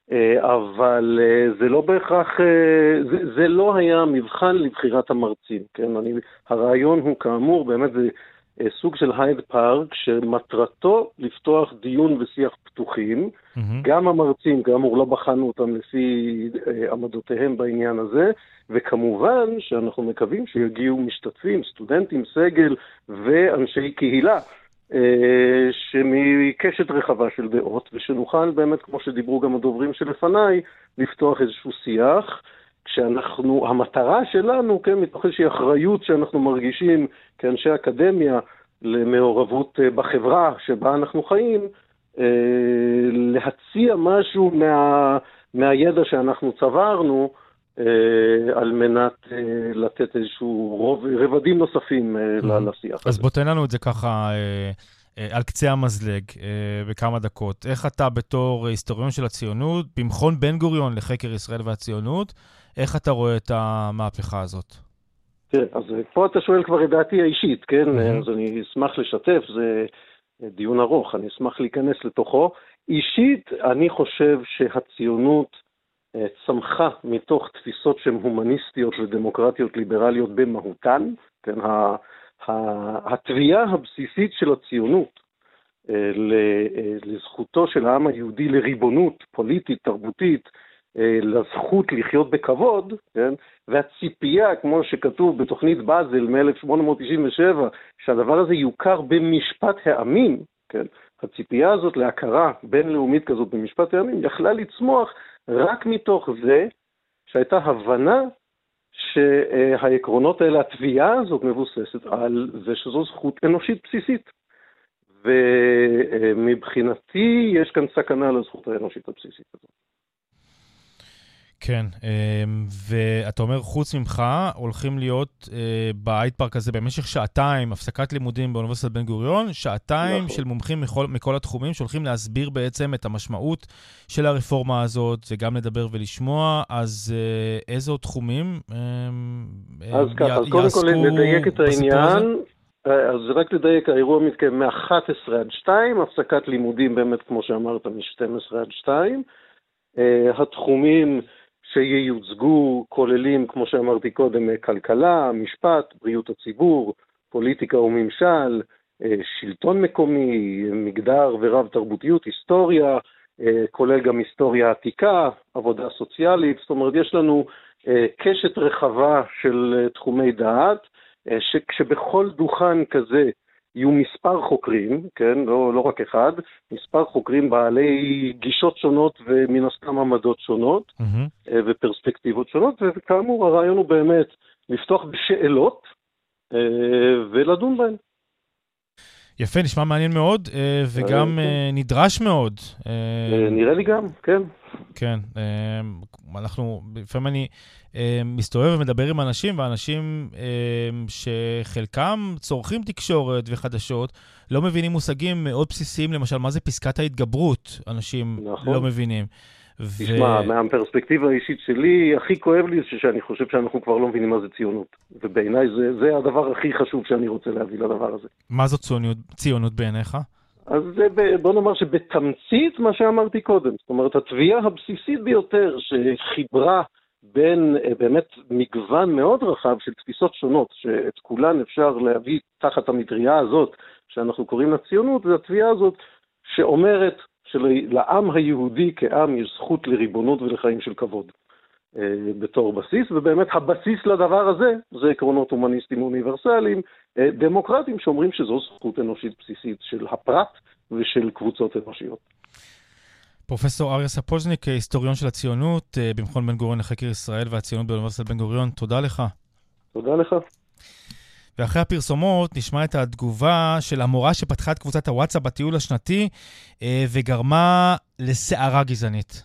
אבל זה לא בהכרח, זה, זה לא היה מבחן לבחירת המרצים, כן? אני, הרעיון הוא כאמור, באמת זה סוג של הייד פארק, שמטרתו לפתוח דיון ושיח פתוחים. Mm-hmm. גם המרצים, כאמור, לא בחנו אותם לפי עמדותיהם בעניין הזה, וכמובן שאנחנו מקווים שיגיעו משתתפים, סטודנטים, סגל ואנשי קהילה, שמקשת רחבה של דעות, ושנוכל באמת, כמו שדיברו גם הדוברים שלפניי, לפתוח איזשהו שיח, כשאנחנו, המטרה שלנו, כן, מתוך איזושהי אחריות שאנחנו מרגישים כאנשי אקדמיה למעורבות בחברה שבה אנחנו חיים, להציע משהו מה, מהידע שאנחנו צברנו, על מנת לתת איזשהו רוב, רבדים נוספים לשיח. אז בוא תן לנו את זה ככה על קצה המזלג בכמה דקות. איך אתה בתור היסטוריון של הציונות, במכון בן גוריון לחקר ישראל והציונות, איך אתה רואה את המהפכה הזאת? תראה, אז פה אתה שואל כבר את דעתי האישית, כן? אז אני אשמח לשתף, זה דיון ארוך, אני אשמח להיכנס לתוכו. אישית, אני חושב שהציונות צמחה מתוך תפיסות שהן הומניסטיות ודמוקרטיות ליברליות במהותן, כן? התביעה הבסיסית של הציונות לזכותו של העם היהודי לריבונות פוליטית, תרבותית, לזכות לחיות בכבוד, כן? והציפייה, כמו שכתוב בתוכנית באזל מ-אלף שמונה מאות תשעים ושבע, שהדבר הזה יוכר במשפט העמים, כן? הציפייה הזאת להכרה בינלאומית כזאת במשפט העמים יכלה לצמוח רק מתוך זה שהייתה הבנה שהעקרונות האלה, התביעה הזאת מבוססת על זה שזו זכות אנושית בסיסית. ומבחינתי יש כאן סכנה לזכות האנושית הבסיסית הזאת. כן, ואתה אומר, חוץ ממך, הולכים להיות בהייד פארק הזה במשך שעתיים, הפסקת לימודים באוניברסיטת בן גוריון, שעתיים נכון. של מומחים מכל, מכל התחומים, שהולכים להסביר בעצם את המשמעות של הרפורמה הזאת, וגם לדבר ולשמוע, אז איזה תחומים אז ככה, אז קודם כל לדייק את העניין, אז רק לדייק, האירוע מתקיים מ-אחת עשרה עד שתיים, הפסקת לימודים באמת, כמו שאמרת, מ-שתים עשרה עד שתיים, התחומים שיוצגו כוללים, כמו שאמרתי קודם, כלכלה, משפט, בריאות הציבור, פוליטיקה וממשל, שלטון מקומי, מגדר ורב תרבותיות, היסטוריה, כולל גם היסטוריה עתיקה, עבודה סוציאלית, זאת אומרת, יש לנו קשת רחבה של תחומי דעת, שכשבכל דוכן כזה יהיו מספר חוקרים, כן, לא, לא רק אחד, מספר חוקרים בעלי גישות שונות ומן הסתם עמדות שונות, mm-hmm. ופרספקטיבות שונות, וכאמור הרעיון הוא באמת לפתוח בשאלות ולדון בהן. יפה, נשמע מעניין מאוד, וגם נדרש מאוד. נראה לי גם, כן. כן, אנחנו, לפעמים אני מסתובב ומדבר עם אנשים, ואנשים שחלקם צורכים תקשורת וחדשות, לא מבינים מושגים מאוד בסיסיים, למשל, מה זה פסקת ההתגברות, אנשים נכון. לא מבינים. תשמע, ו... מהפרספקטיבה האישית שלי, הכי כואב לי שאני חושב שאנחנו כבר לא מבינים מה זה ציונות. ובעיניי זה, זה הדבר הכי חשוב שאני רוצה להביא לדבר הזה. מה זאת ציונות, ציונות בעיניך? אז זה, בוא נאמר שבתמצית מה שאמרתי קודם. זאת אומרת, התביעה הבסיסית ביותר שחיברה בין באמת מגוון מאוד רחב של תפיסות שונות, שאת כולן אפשר להביא תחת המטריה הזאת שאנחנו קוראים לציונות, זה התביעה הזאת שאומרת שלעם היהודי כעם יש זכות לריבונות ולחיים של כבוד אה, בתור בסיס, ובאמת הבסיס לדבר הזה זה עקרונות הומניסטיים אוניברסליים, אה, דמוקרטיים שאומרים שזו זכות אנושית בסיסית של הפרט ושל קבוצות אנושיות. פרופסור אריה ספוז'ניק, היסטוריון של הציונות במכון בן גוריון לחקר ישראל והציונות באוניברסיטת בן גוריון, תודה לך. תודה לך. ואחרי הפרסומות נשמע את התגובה של המורה שפתחה את קבוצת הוואטסאפ בטיול השנתי וגרמה לסערה גזענית.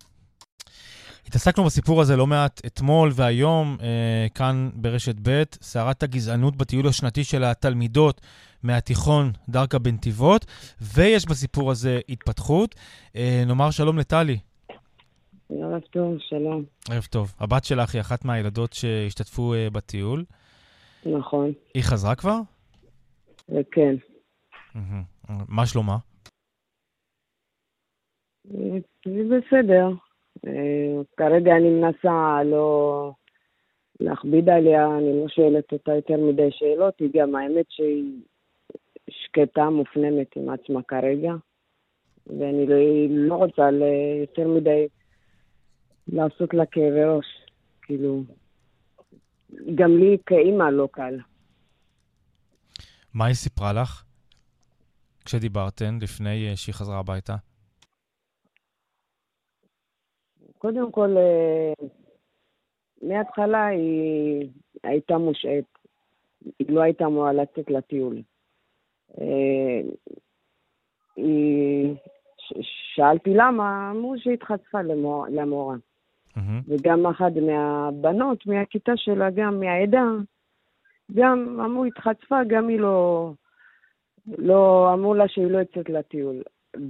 התעסקנו בסיפור הזה לא מעט אתמול והיום כאן ברשת ב', סערת הגזענות בטיול השנתי של התלמידות מהתיכון דרכה בנתיבות, ויש בסיפור הזה התפתחות. נאמר שלום לטלי. ערב טוב, שלום. ערב טוב. הבת שלך היא אחת מהילדות שהשתתפו בטיול. נכון. היא חזרה כבר? כן. מה שלומה? היא בסדר. כרגע אני מנסה לא להכביד עליה, אני לא שואלת אותה יותר מדי שאלות, היא גם האמת שהיא שקטה, מופנמת עם עצמה כרגע, ואני לא, לא רוצה יותר מדי לעשות לה כאבי ראש. כאילו, גם לי כאימא לא קל. מה היא סיפרה לך כשדיברתן לפני שהיא חזרה הביתה? קודם כל, מההתחלה היא הייתה מושעת. היא לא הייתה אמורה לצאת לטיול. היא... שאלתי למה, אמרו שהתחצפה למורה. Mm-hmm. וגם אחת מהבנות, מהכיתה שלה, גם מהעדה, גם אמרו התחצפה, גם היא לא, לא אמרו לה שהיא לא יצאת לטיול.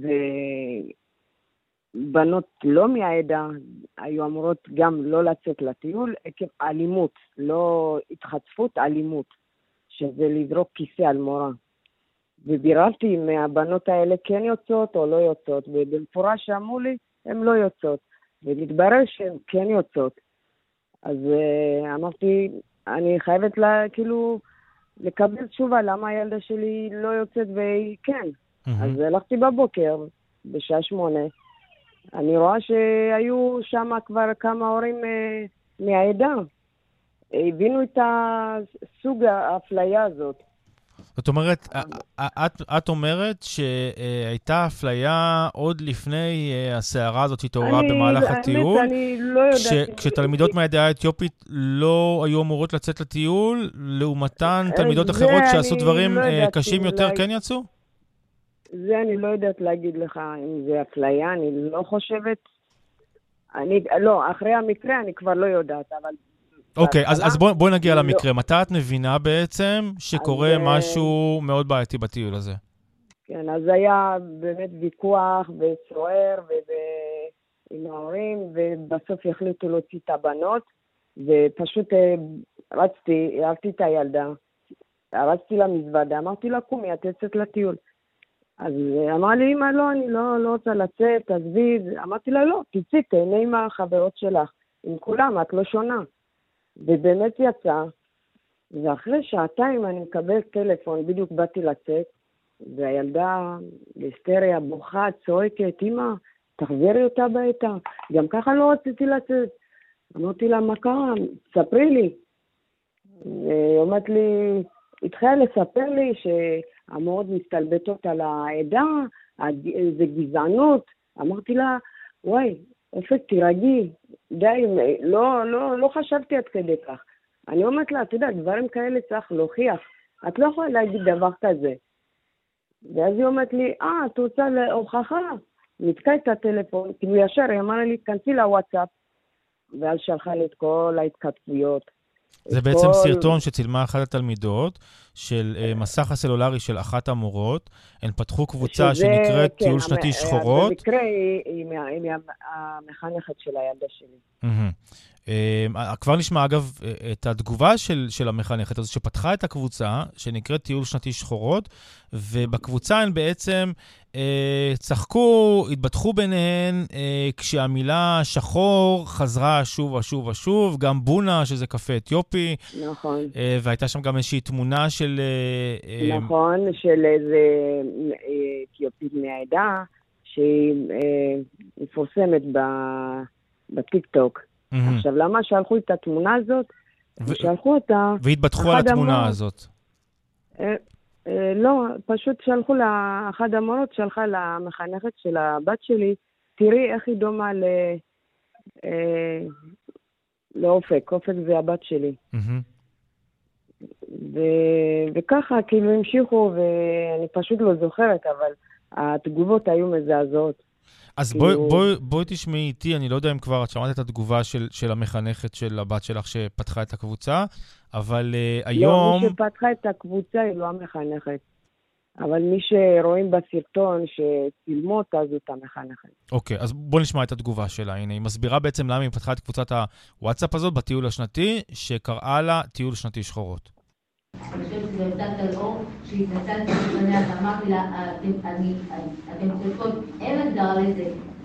ובנות לא מהעדה היו אמורות גם לא לצאת לטיול, עקב אלימות, לא התחצפות, אלימות, שזה לזרוק כיסא על מורה. וביררתי אם הבנות האלה כן יוצאות או לא יוצאות, ובמפורש אמרו לי, הן לא יוצאות, ומתברר שהן כן יוצאות. אז uh, אמרתי, אני חייבת לה, כאילו, לקבל תשובה למה הילדה שלי לא יוצאת והיא כן. Mm-hmm. אז הלכתי בבוקר, בשעה שמונה, אני רואה שהיו שם כבר כמה הורים uh, מהעדה, הבינו את הסוג האפליה הזאת. זאת אומרת, את, את אומרת שהייתה אפליה עוד לפני הסערה הזאת שהתעוררה במהלך הטיול, כשתלמידות מהעדה האתיופית לא היו אמורות לצאת לטיול, לעומתן תלמידות אחרות שעשו דברים קשים יותר, כן יצאו? זה אני לא יודעת להגיד לך אם זה אפליה, אני לא חושבת, אני, לא, אחרי המקרה אני כבר לא יודעת, אבל... אוקיי, אז, אז בואי בוא נגיע למקרה. מתי את מבינה בעצם שקורה אז, משהו מאוד בעייתי בטיול הזה? כן, אז היה באמת ויכוח וצוער עם ההורים, ובסוף החליטו להוציא את הבנות, ופשוט רצתי, הרצתי את הילדה, רצתי למזוודה, אמרתי לה, קומי, את יוצאת לטיול. אז אמרה לי, אמא, לא, אני לא, לא רוצה לצאת, תעזבי. אמרתי לה, לא, תצאי, תהנה עם החברות שלך. עם כולם, את לא שונה. ובאמת יצא, ואחרי שעתיים אני מקבל טלפון, בדיוק באתי לצאת, והילדה בהיסטריה בוכה, צועקת, אמא, תחזרי אותה ביתה. גם ככה לא רציתי לצאת. אמרתי לה, מה קרה? ספרי לי. היא אומרת לי, התחילה לספר לי שהמורות מסתלבטות על העדה, זה גזענות. אמרתי לה, וואי, אופק, תירגי, די, לא, לא, לא חשבתי עד כדי כך. אני אומרת לה, אתה יודע, דברים כאלה צריך להוכיח. את לא יכולה להגיד דבר כזה. ואז היא אומרת לי, אה, את רוצה להוכחה? נתקע את הטלפון, כאילו ישר, היא אמרה לי, כנסי לוואטסאפ, ואז שלחה לי את כל ההתכתבויות. זה בעצם כל... סרטון שצילמה אחת התלמידות של uh, מסך הסלולרי של אחת המורות. הן פתחו קבוצה שזה, שנקראת כן, טיול שנתי שחורות. במקרה היא, היא, היא, היא המחנכת של הילדה שלי. Mm-hmm. Uh, כבר נשמע אגב את התגובה של, של המחנכת הזאת שפתחה את הקבוצה שנקראת טיול שנתי שחורות, ובקבוצה הן בעצם uh, צחקו, התבטחו ביניהן uh, כשהמילה שחור חזרה שוב ושוב ושוב, גם בונה שזה קפה אתיופי. נכון. Uh, והייתה שם גם איזושהי תמונה של... Uh, נכון, uh, של איזה אתיופית מהעדה שהיא uh, מפורסמת בטיק טוק. Mm-hmm. עכשיו, למה שלחו את התמונה הזאת? ו... שלחו אותה... והתבטחו על התמונה המור... הזאת. אה, אה, לא, פשוט שלחו לה... אחד המורות שלחה למחנכת של הבת שלי, תראי איך היא דומה ל... אה, לאופק. אופק זה הבת שלי. Mm-hmm. ו... וככה, כאילו המשיכו, ואני פשוט לא זוכרת, אבל התגובות היו מזעזעות. אז בואי, בואי, בואי תשמעי איתי, אני לא יודע אם כבר את שמעת את התגובה של, של המחנכת של הבת שלך שפתחה את הקבוצה, אבל uh, היום... לא, מי שפתחה את הקבוצה היא לא המחנכת, אבל מי שרואים בסרטון שצילמו אותה זאת המחנכת. אוקיי, אז בואי נשמע את התגובה שלה. הנה, היא מסבירה בעצם למה היא פתחה את קבוצת הוואטסאפ הזאת בטיול השנתי, שקראה לה טיול שנתי שחורות. אני חושבת שזה אותה תלאור שהתנצלתי בפניה ואמרתי לה, אתם צודקות, אין הגדרה לזה,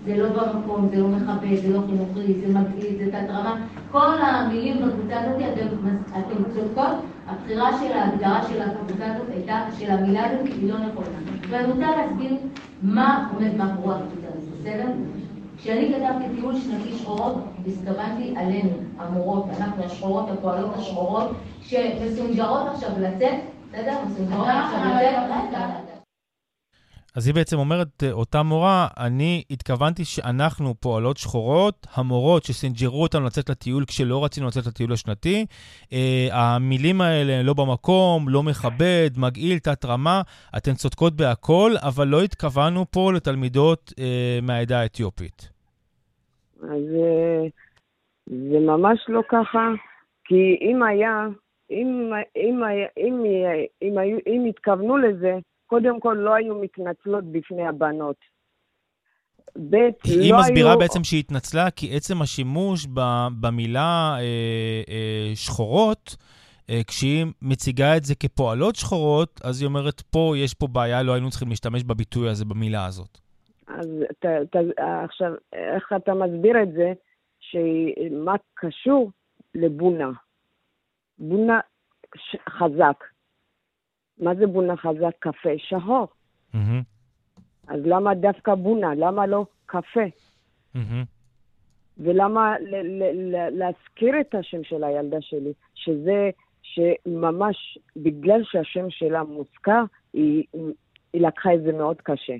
זה לא במקום, זה לא מכבד, זה לא חינוכי, זה מגעיל, זה תת-רמה. כל המילים בקבוצה הזאת, אתם, אתם צודקות, הבחירה של ההגדרה של הקבוצה הזאת הייתה, של המילה הזאת, היא לא נכונה. ואני רוצה להסביר מה עומד מאחורי הקבוצה הזאת, בסדר? כשאני כתבתי טיול שנתי שחורות, הסתכלתי עלינו, המורות, אנחנו השחורות, הפועלות השחורות, שמסונג'רות עכשיו לצאת, בסדר? מסונג'רות עכשיו לצאת, אז היא בעצם אומרת, אותה מורה, אני התכוונתי שאנחנו פועלות שחורות, המורות שסינג'רו אותנו לצאת לטיול כשלא רצינו לצאת לטיול השנתי, אה, המילים האלה לא במקום, לא מכבד, מגעיל, תת רמה, אתן צודקות בהכל, אבל לא התכוונו פה לתלמידות אה, מהעדה האתיופית. אז זה ממש לא ככה, כי אם היה, אם, אם, אם, אם, אם, אם התכוונו לזה, קודם כל לא היו מתנצלות בפני הבנות. היא לא מסבירה היו... בעצם שהיא התנצלה, כי עצם השימוש במילה אה, אה, שחורות, אה, כשהיא מציגה את זה כפועלות שחורות, אז היא אומרת, פה יש פה בעיה, לא היינו צריכים להשתמש בביטוי הזה, במילה הזאת. אז ת, ת, עכשיו, איך אתה מסביר את זה, שמה קשור לבונה? בונה ש... חזק. מה זה בונה חזק? קפה שחור. Mm-hmm. אז למה דווקא בונה? למה לא קפה? Mm-hmm. ולמה ל- ל- ל- להזכיר את השם של הילדה שלי? שזה שממש בגלל שהשם שלה מוזכר, היא, היא לקחה את זה מאוד קשה.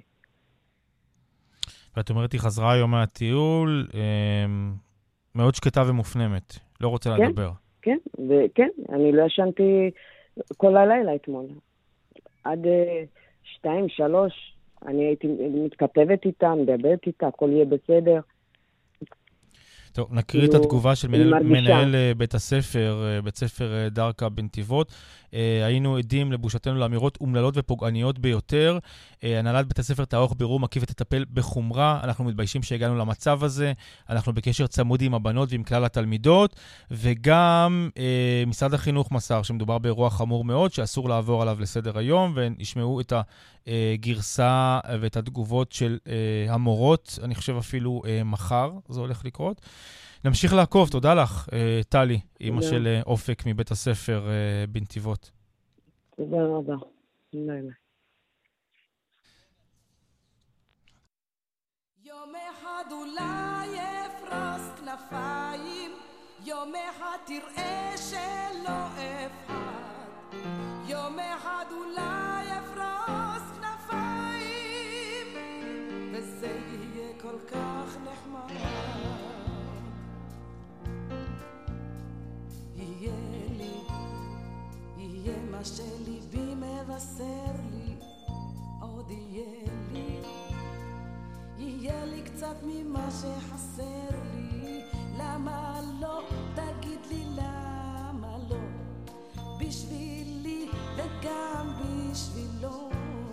ואת אומרת, היא חזרה היום מהטיול, מאוד שקטה ומופנמת. לא רוצה כן, לדבר. כן, וכן. אני לא ישנתי כל הלילה אתמול. עד שתיים, שלוש, אני הייתי מתכתבת איתה, מדברת איתה, הכל יהיה בסדר. טוב, נקריא את התגובה של מנהל, מנהל בית הספר, בית ספר דרכה בנתיבות. היינו עדים לבושתנו לאמירות אומללות ופוגעניות ביותר. הנהלת בית הספר תערוך בירור מקיף ותטפל בחומרה. אנחנו מתביישים שהגענו למצב הזה. אנחנו בקשר צמוד עם הבנות ועם כלל התלמידות. וגם משרד החינוך מסר שמדובר באירוע חמור מאוד, שאסור לעבור עליו לסדר היום, ונשמעו את הגרסה ואת התגובות של המורות. אני חושב אפילו מחר זה הולך לקרות. נמשיך לעקוב, תודה לך, טלי, אמא של אופק מבית הספר בנתיבות. תודה רבה. לילה. יום אחד אולי אפרוס כנפיים, יום אחד תראה שלא אפחד, יום אחד אולי אפרוס כנפיים, וזה יהיה כל כך נחמד. יהיה לי, יהיה מה שליבי מבשר לי, עוד יהיה לי, יהיה לי קצת ממה שחסר לי. למה לא? תגיד לי למה לא, בשבילי וגם בשבילו.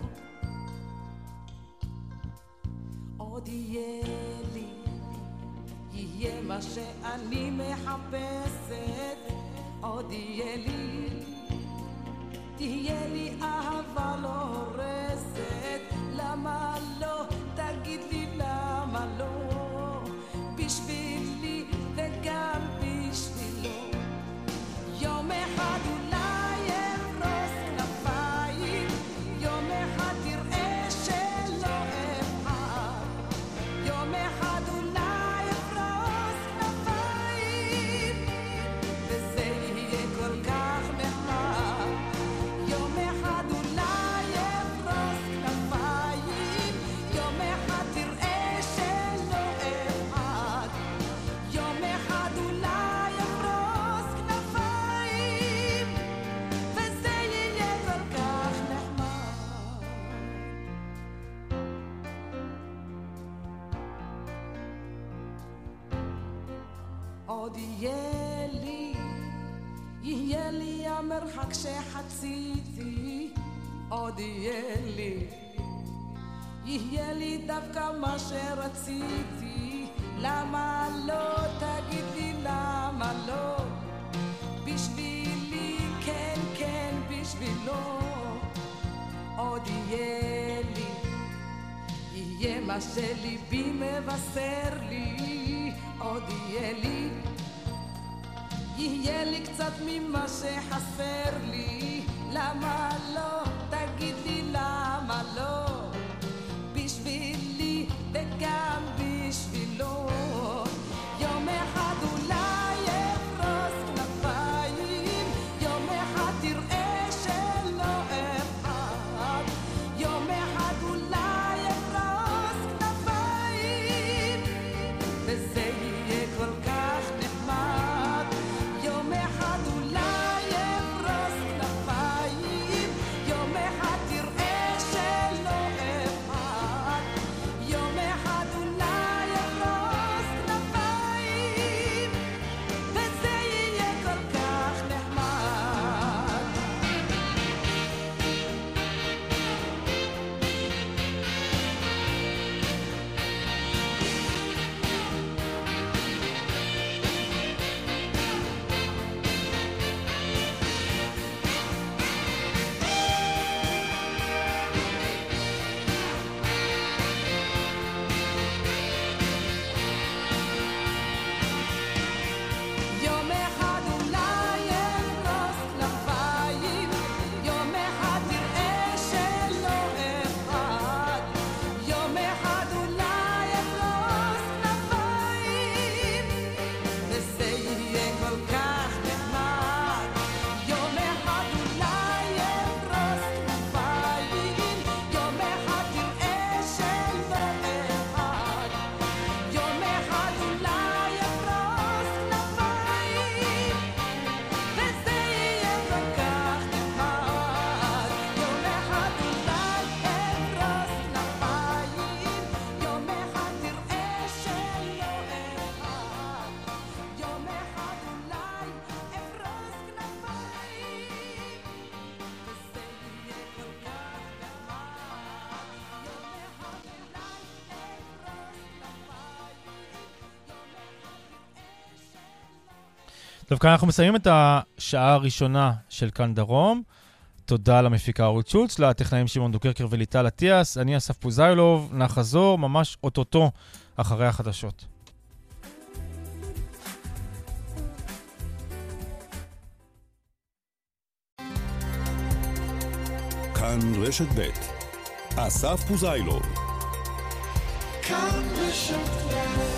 עוד יהיה לי, יהיה מה שאני מחפשת, עוד יהיה לי, תהיה לי אהבה לא הורסת. למה לא? תגיד לי למה לא, בשבילי וגם בשבילו. יום אחד אולי אפרוס כנפיים, יום אחד תראה שלא אפחד, יום אחד אולי אפרוס כנפיים, וזה יהיה כל כך נחמד. יום אחד אולי אפרוס כנפיים, יום אחד תראה שלא אפחד, יום אחד אולי אפרוס כנפיים, וזה יהיה כל כך נחמד. עוד יהיה לי, יהיה לי המרחק שחציתי, עוד יהיה לי, יהיה לי דווקא מה שרציתי. למה לא? תגיד לי למה לא, בשבילי כן כן בשבילו. עוד יהיה לי, יהיה מה מה שליבי מבשר לי, עוד יהיה לי, יהיה לי קצת ממה שחסר לי. למה לא? תגיד לי למה לא? בשבילי וגם בשבילו. יום אחד אולי אפרוס כנפיים, יום אחד תראה שלא אחד, יום אחד אולי אפרוס כנפיים, וזה יהיה כל כך נחמד. יום אחד אולי אפרוס כנפיים, יום אחד תראה שלא אחד, יום אחד אולי אפרוס כנפיים, וזה יהיה כל כך נחמד. יום אחד אולי אפרוס כנפיים, יום אחד תראה שלא אחד, יום אחד אולי אפרוס כנפיים, וזה יהיה כל כך נחמד. יום אחד אולי אפרוס כנפיים, יום אחד תראה שלא אחד, יום אחד אולי אפרוס כנפיים, וזה יהיה כל כך נחמד. יום אחד אולי אפרוס כנפיים, יום אחד תראה שלא אחד, יום אחד אולי אפרוס כנפיים, וזה יהיה כל כך נחמד. יום אחד אולי אפרוס כנפיים. טוב, כאן אנחנו מסיימים את השעה הראשונה של כאן דרום. תודה למפיקה אורית שולץ, לטכנאים שמעון דוקרקר וליטל אטיאס. אני אסף פוזיילוב, נחזור ממש אוטוטו אחרי החדשות. כאן רשת ב' אסף פוזיילוב. כאן רשת ב'.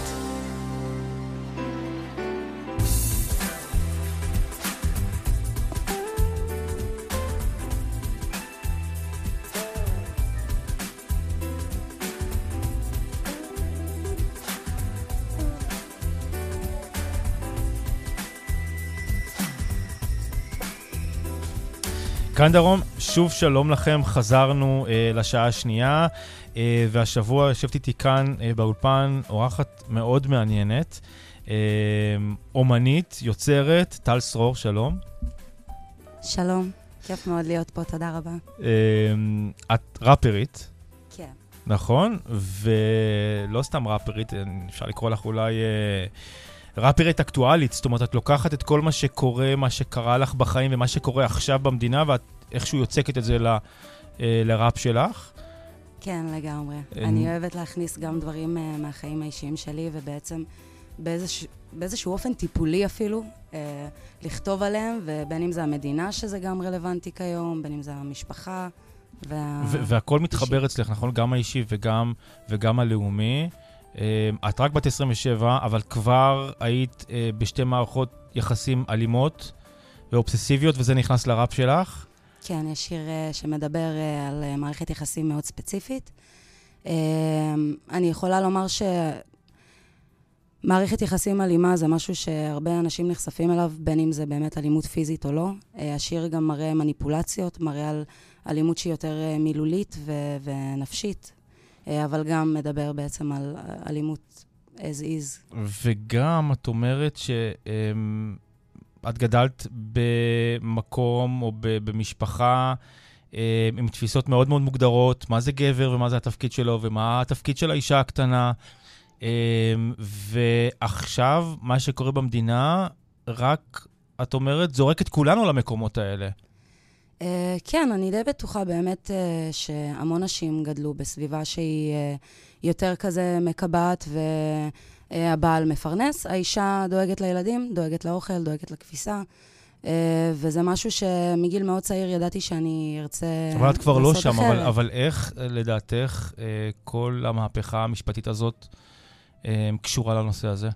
כאן דרום, שוב שלום לכם, חזרנו אה, לשעה השנייה, אה, והשבוע ישבתי איתי כאן אה, באולפן אורחת מאוד מעניינת, אה, אומנית, יוצרת, טל סרור, שלום. שלום, כיף מאוד להיות פה, תודה רבה. אה, את ראפרית. כן. נכון, ולא סתם ראפרית, אפשר לקרוא לך אולי... אה, ראפרית אקטואלית, זאת אומרת, את לוקחת את כל מה שקורה, מה שקרה לך בחיים ומה שקורה עכשיו במדינה, ואת איכשהו יוצקת את זה ל, לראפ שלך. כן, לגמרי. אני אוהבת להכניס גם דברים מהחיים האישיים שלי, ובעצם באיזשה, באיזשהו אופן טיפולי אפילו, לכתוב עליהם, ובין אם זה המדינה שזה גם רלוונטי כיום, בין אם זה המשפחה. וה... ו- והכל מתחבר אצלך, נכון? גם האישי וגם, וגם הלאומי. את רק בת עשרים ושבע, אבל כבר היית בשתי מערכות יחסים אלימות ואובססיביות, וזה נכנס לראפ שלך? כן, יש שיר שמדבר על מערכת יחסים מאוד ספציפית. אני יכולה לומר שמערכת יחסים אלימה זה משהו שהרבה אנשים נחשפים אליו, בין אם זה באמת אלימות פיזית או לא. השיר גם מראה מניפולציות, מראה על אלימות שהיא יותר מילולית ו- ונפשית. אבל גם מדבר בעצם על אלימות as is. וגם את אומרת שאת גדלת במקום או במשפחה עם תפיסות מאוד מאוד מוגדרות, מה זה גבר ומה זה התפקיד שלו ומה התפקיד של האישה הקטנה. ועכשיו מה שקורה במדינה, רק, את אומרת, זורק את כולנו למקומות האלה. Uh, כן, אני די בטוחה באמת uh, שהמון נשים גדלו בסביבה שהיא uh, יותר כזה מקבעת והבעל uh, מפרנס, האישה דואגת לילדים, דואגת לאוכל, דואגת לכביסה, uh, וזה משהו שמגיל מאוד צעיר ידעתי שאני ארצה לעשות אחרת. אבל את כבר לא שם, אבל, אבל איך לדעתך uh, כל המהפכה המשפטית הזאת uh, קשורה לנושא הזה?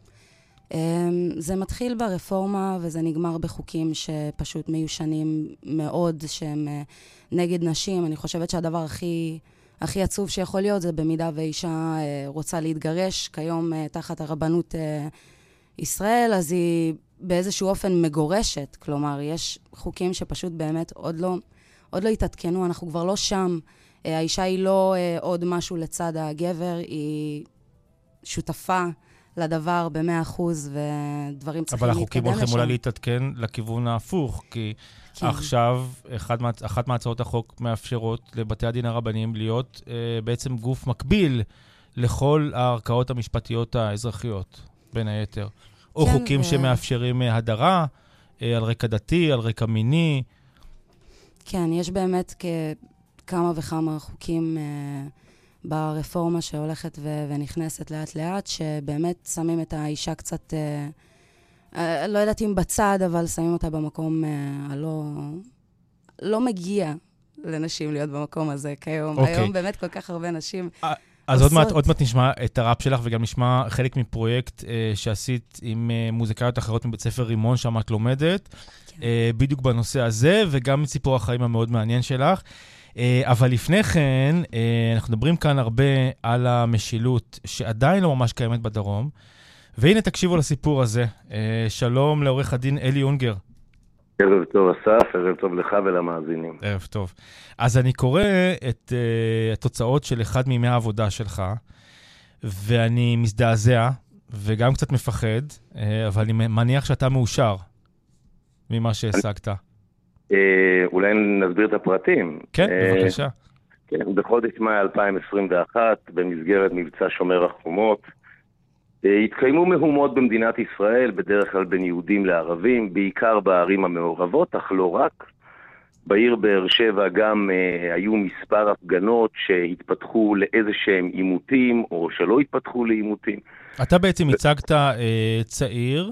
זה מתחיל ברפורמה וזה נגמר בחוקים שפשוט מיושנים מאוד, שהם נגד נשים. אני חושבת שהדבר הכי, הכי עצוב שיכול להיות זה במידה ואישה רוצה להתגרש כיום תחת הרבנות ישראל, אז היא באיזשהו אופן מגורשת. כלומר, יש חוקים שפשוט באמת עוד לא, עוד לא התעדכנו, אנחנו כבר לא שם. האישה היא לא עוד משהו לצד הגבר, היא שותפה לדבר ב-מאה אחוז, ודברים צריכים להתקדם לשם. אבל החוקים הולכים אולי להתעדכן לכיוון ההפוך, כי כן. עכשיו אחד מה, אחת מהצעות החוק מאפשרות לבתי הדין הרבניים להיות אה, בעצם גוף מקביל לכל הערכאות המשפטיות האזרחיות, בין היתר. או כן, חוקים ו... שמאפשרים הדרה אה, על רקע דתי, על רקע מיני. כן, יש באמת כ... כמה וכמה חוקים אה, ברפורמה שהולכת ו- ונכנסת לאט לאט, שבאמת שמים את האישה קצת, אה, אה, לא יודעת אם בצד, אבל שמים אותה במקום אה, הלא, לא מגיע לנשים להיות במקום הזה כיום. אוקיי. היום באמת כל כך הרבה נשים אה, אז עוד מעט, עוד מעט נשמע את הראפ שלך, וגם נשמע חלק מפרויקט אה, שעשית עם אה, מוזיקאיות אחרות מבית ספר רימון, שם את לומדת, כן. אה, בדיוק בנושא הזה, וגם מציפור החיים המאוד מעניין שלך. אבל לפני כן, אנחנו מדברים כאן הרבה על המשילות שעדיין לא ממש קיימת בדרום, והנה תקשיבו לסיפור הזה. שלום לעורך הדין אלי אונגר. ערב טוב אסף, ערב טוב לך ולמאזינים. ערב טוב. אז אני קורא את התוצאות של אחד מימי העבודה שלך, ואני מזדעזע וגם קצת מפחד, אבל אני מניח שאתה מאושר ממה שהשגת. אולי נסביר את הפרטים. כן, בבקשה. כן, בחודש מאי אלפיים עשרים ואחת, במסגרת מבצע שומר החומות, התקיימו מהומות במדינת ישראל, בדרך כלל בין יהודים לערבים, בעיקר בערים המעורבות, אך לא רק. בעיר באר שבע גם היו מספר הפגנות שהתפתחו לאיזה שהם עימותים, או שלא התפתחו לעימותים. אתה בעצם הצגת צעיר,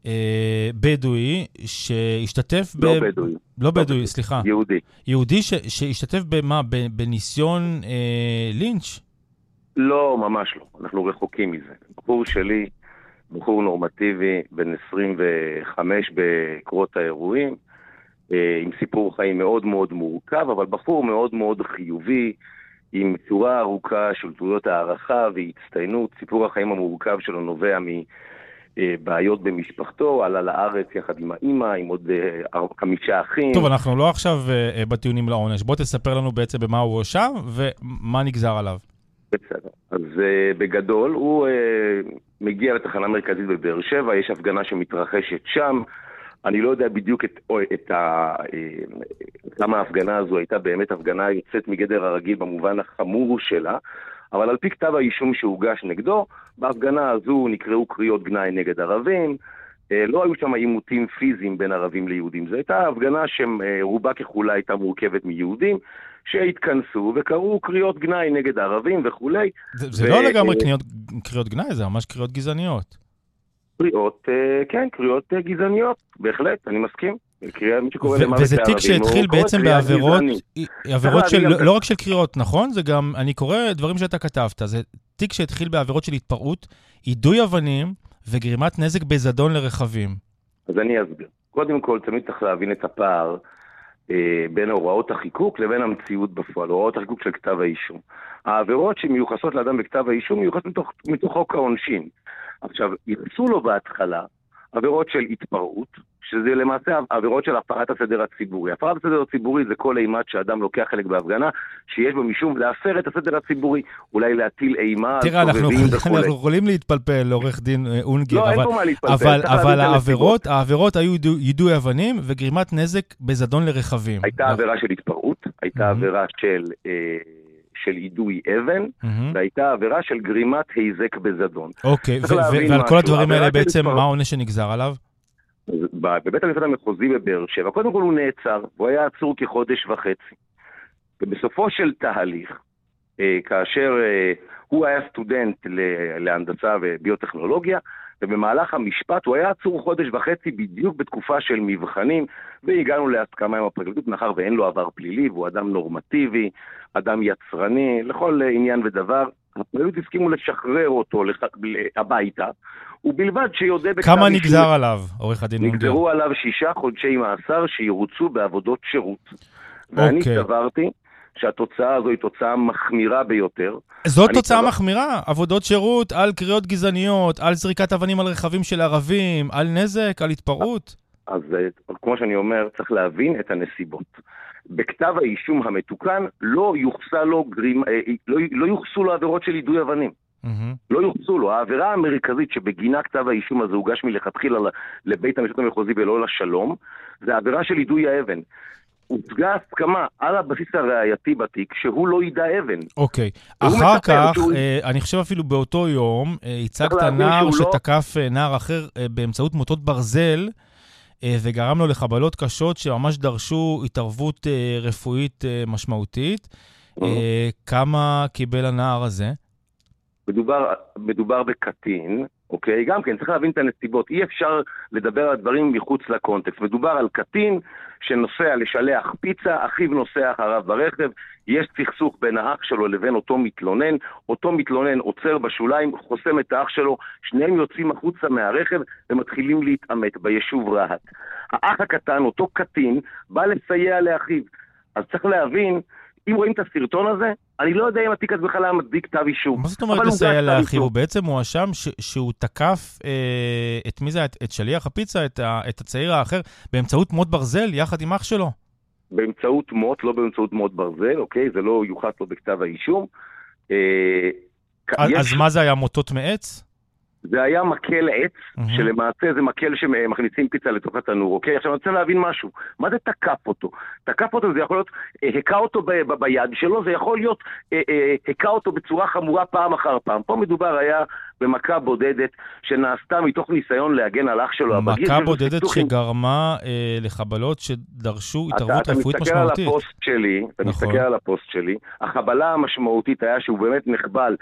בדואי שהשתתף לא ב... בדואי. לא בדואי, סליחה. יהודי. יהודי ש... שהשתתף במה? בניסיון אה, לינץ'? לא, ממש לא. אנחנו רחוקים מזה. בחור שלי, בחור נורמטיבי, בן עשרים וחמש בקרות האירועים, אה, עם סיפור חיים מאוד מאוד מורכב, אבל בחור מאוד מאוד חיובי, עם צורה ארוכה של תעודות הערכה והצטיינות. סיפור החיים המורכב שלו נובע מ... בעיות במשפחתו, עלה לארץ יחד עם האמא, עם עוד חמישה אחים. טוב, אנחנו לא עכשיו בטיעונים לעונש. בוא תספר לנו בעצם במה הוא הואשם ומה נגזר עליו. בסדר. אז בגדול, הוא מגיע לתחנה מרכזית בבאר שבע, יש הפגנה שמתרחשת שם. אני לא יודע בדיוק את, את ה... כמה ההפגנה הזו הייתה באמת הפגנה יוצאת מגדר הרגיל במובן החמור שלה, אבל על פי כתב האישום שהוגש נגדו, בהפגנה הזו נקראו קריאות גנאי נגד ערבים, לא היו שם עימותים פיזיים בין ערבים ליהודים. זו הייתה הפגנה שרובה ככולה הייתה מורכבת מיהודים, שהתכנסו וקראו קריאות גנאי נגד ערבים וכו'. זה, זה ו... לא לגמרי קריאות, קריאות גנאי, זה ממש קריאות גזעניות. קריאות, כן, קריאות גזעניות, בהחלט, אני מסכים. וזה תיק שהתחיל בעצם בעבירות, עבירות של, לא רק של קריאות, נכון? זה גם, אני קורא דברים שאתה כתבת, זה תיק שהתחיל בעבירות של התפרעות, יידוי אבנים וגרימת נזק בזדון לרכבים. אז אני אסביר. קודם כל, תמיד צריך להבין את הפער אה, בין הוראות החיקוק לבין המציאות בפועל, הוראות החיקוק של כתב האישום. העבירות שמיוחסות לאדם בכתב האישום מיוחסות מתוך, מתוך חוק העונשין. עכשיו, יחסו לו בהתחלה עבירות של התפרעות, שזה למעשה עבירות של הפרת הסדר הציבורי. הפרת הסדר הציבורי זה כל אימת שאדם לוקח חלק בהפגנה, שיש בו משום להפר את הסדר הציבורי, אולי להטיל אימה. תראה, אנחנו יכולים להתפלפל לעורך דין אונגר, לא, אין פה מה להתפלפל. אבל, אבל העבירות, העבירות היו יידוי אבנים וגרימת נזק בזדון לרכבים. הייתה עבירה של התפרעות, הייתה עבירה של... של יידוי אבן, והייתה עבירה של גרימת היזק בזדון. אוקיי, ועל כל הדברים האלה בעצם, מה העונש שנגזר עליו? בבית המשפט המחוזי בבאר שבע, קודם כל הוא נעצר, הוא היה עצור כחודש וחצי. ובסופו של תהליך, כאשר הוא היה סטודנט להנדסה וביוטכנולוגיה, ובמהלך המשפט הוא היה עצור חודש וחצי בדיוק בתקופה של מבחנים, והגענו להסכמה עם הפרקליטות, מאחר ואין לו עבר פלילי, והוא אדם נורמטיבי, אדם יצרני, לכל עניין ודבר. הפרקליטות הסכימו לשחרר אותו לח... הביתה, ובלבד שיודע בכתב... כמה נגזר ש... עליו, עורך הדין אונגר? נגזרו עליו שישה חודשי מאסר שירוצו בעבודות שירות. ואני אוקיי. סברתי שהתוצאה הזו היא תוצאה מחמירה ביותר. זאת תוצאה סבר... מחמירה? עבודות שירות על קריאות גזעניות, על זריקת אבנים על רכבים של ערבים, על נזק, על התפרעות? אז כמו שאני אומר, צריך להבין את הנסיבות. בכתב האישום המתוקן לא יוחסה לו גרים, לא, לא יוחסו לו עבירות של יידוי אבנים. Mm-hmm. לא יוחסו לו. העבירה המרכזית שבגינה כתב האישום הזה הוגש מלכתחילה לבית המשפט המחוזי ולא לשלום, זה העבירה של יידוי האבן. הוצגה הסכמה על הבסיס הראייתי בתיק שהוא לא יידע אבן. אוקיי. אחר כך, שהוא... אני חושב אפילו באותו יום, הצגת נער שתקף לא... נער אחר באמצעות מוטות ברזל, וגרם לו לחבלות קשות שממש דרשו התערבות רפואית משמעותית. כמה קיבל הנער הזה? מדובר, מדובר בקטין, אוקיי? גם כן, צריך להבין את הנסיבות. אי אפשר לדבר על הדברים מחוץ לקונטקסט. מדובר על קטין שנוסע לשלח פיצה, אחיו נוסע אחריו ברכב, יש סכסוך בין האח שלו לבין אותו מתלונן, אותו מתלונן עוצר בשוליים, חוסם את האח שלו, שניהם יוצאים החוצה מהרכב ומתחילים להתעמת ביישוב רהט. האח הקטן, אותו קטין, בא לסייע לאחיו. אז צריך להבין, אם רואים את הסרטון הזה, אני לא יודע אם התיק הזה בכלל היה מצדיק כתב אישום. מה זאת אומרת לסייע לאחיו? הוא בעצם מואשם שהוא תקף את מי זה? את שליח הפיצה, את הצעיר האחר, באמצעות מוט ברזל יחד עם אח שלו? באמצעות מוט, לא באמצעות מוט ברזל, אוקיי? זה לא יוחס לו בכתב האישום. אז מה זה היה, מוטות מעץ? זה היה מקל עץ, mm-hmm. שלמעשה זה מקל שמכניסים פיצה לתוך התנור, אוקיי? עכשיו אני רוצה להבין משהו. מה זה תקף אותו? תקף אותו זה יכול להיות, הקע אותו ב- ב- ביד שלו, זה יכול להיות, הקע אותו בצורה חמורה פעם אחר פעם. פה מדובר היה במכה בודדת שנעשתה מתוך ניסיון להגן על אח שלו. מכה בודדת שגרמה אה, לחבלות שדרשו התערבות אתה, רפואית אתה משמעותית. על הפוסט שלי, אתה נכון. מסתכל על הפוסט שלי, החבלה המשמעותית היה שהוא באמת נחבל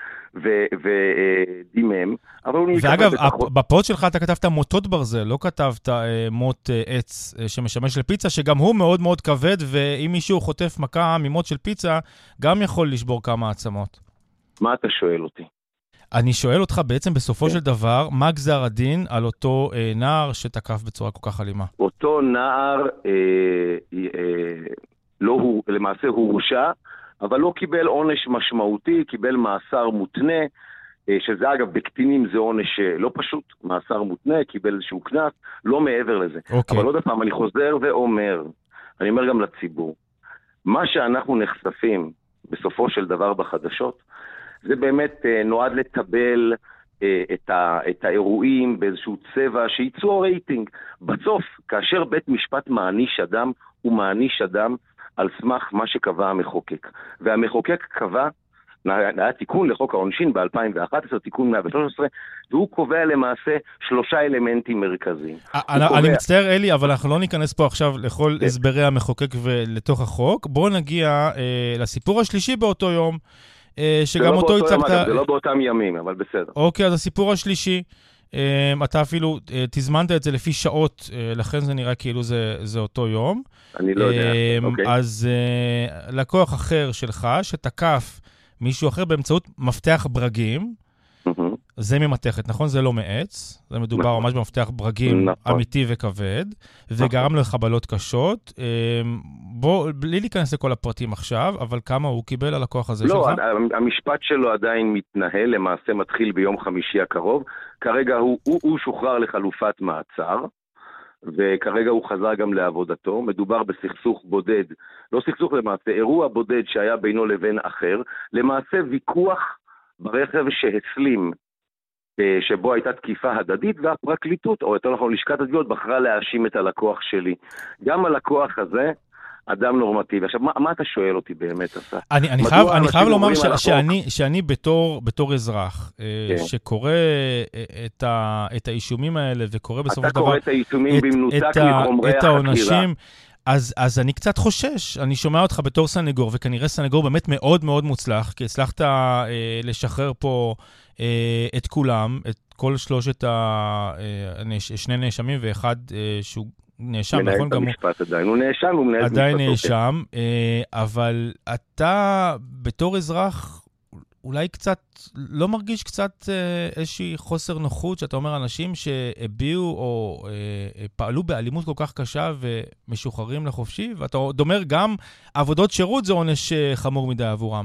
ודימם, אבל הוא ואגב, בפוסט שלך אתה כתבת מוטות ברזל, לא כתבת אה, מוט אה, עץ אה, שמשמש לפיצה, שגם הוא מאוד מאוד כבד, ואם מישהו חוטף מכה ממוט של פיצה, גם יכול לשבור כמה עצמות. מה אתה שואל אותי? אני שואל אותך בעצם בסופו של דבר, מה גזר הדין על אותו אה, נער שתקף בצורה כל כך אלימה? אותו נער, אה, אה, לא הוא, למעשה הוא הורשע, אבל לא קיבל עונש משמעותי, קיבל מאסר מותנה, אה, שזה אגב בקטינים זה עונש לא פשוט, מאסר מותנה, קיבל איזשהו קנס, לא מעבר לזה. אוקיי. אבל עוד פעם, אני חוזר ואומר, אני אומר גם לציבור, מה שאנחנו נחשפים בסופו של דבר בחדשות, זה באמת נועד לטבל את, ה, את האירועים באיזשהו צבע שייצור רייטינג. בסוף, כאשר בית משפט מעניש אדם, הוא מעניש אדם על סמך מה שקבע המחוקק. והמחוקק קבע, היה תיקון לחוק העונשין ב-אלפיים ואחת עשרה, תיקון מאה ושלוש עשרה, והוא קובע למעשה שלושה אלמנטים מרכזיים. אני מצטער אלי, אבל אנחנו לא ניכנס פה עכשיו לכל הסברי המחוקק ולתוך החוק. בואו נגיע לסיפור השלישי באותו יום, שגם אותו הצגת... זה לא באותם ימים, אבל בסדר. אוקיי, אז הסיפור השלישי, אתה אפילו תזמנת את זה לפי שעות, לכן זה נראה כאילו זה אותו יום. אני לא יודע, אוקיי. אז לקוח אחר שלך, שתקף מישהו אחר באמצעות מפתח ברגים, זה ממתכת, נכון? זה לא מעץ, זה מדובר ממש במפתח ברגים אמיתי וכבד, וגרם לחבלות קשות. בוא, בלי להיכנס לכל הפרטים עכשיו, אבל כמה הוא קיבל על הכוח הזה שלך? לא, המשפט שלו עדיין מתנהל, למעשה מתחיל ביום חמישי הקרוב. כרגע הוא, הוא, הוא שוחרר לחלופת מעצר, וכרגע הוא חזר גם לעבודתו. מדובר בסכסוך בודד, לא סכסוך למעשה, אירוע בודד שהיה בינו לבין אחר, למעשה ויכוח ברכב שהסלים, שבו הייתה תקיפה הדדית, והפרקליטות, או יותר נכון לשכת התביעות, בחרה להאשים את הלקוח שלי. גם הלקוח הזה, אדם נורמטיבי. עכשיו, מה, מה אתה שואל אותי באמת, עשה? אני, אני חייב, אני חייב לומר ש, שאני, שאני בתור, בתור אזרח, כן. שקורא את, ה, את האישומים האלה, וקורא בסופו של דבר... אתה קורא את האישומים במנותק מחומרי החקירה. העונשים, אז, אז אני קצת חושש. אני שומע אותך בתור סנגור, וכנראה סנגור באמת מאוד מאוד מוצלח, כי הצלחת אה, לשחרר פה אה, את כולם, את כל שלושת ה... אה, נש, שני נאשמים, ואחד אה, שהוא... נאשם, נכון? מנהל את המשפט עדיין, הוא נאשם, הוא מנהל את המשפט. עדיין נאשם, אבל אתה בתור אזרח אולי קצת, לא מרגיש קצת איזושהי חוסר נוחות, שאתה אומר אנשים שהביעו או פעלו באלימות כל כך קשה ומשוחררים לחופשי, ואתה אומר גם עבודות שירות זה עונש חמור מדי עבורם.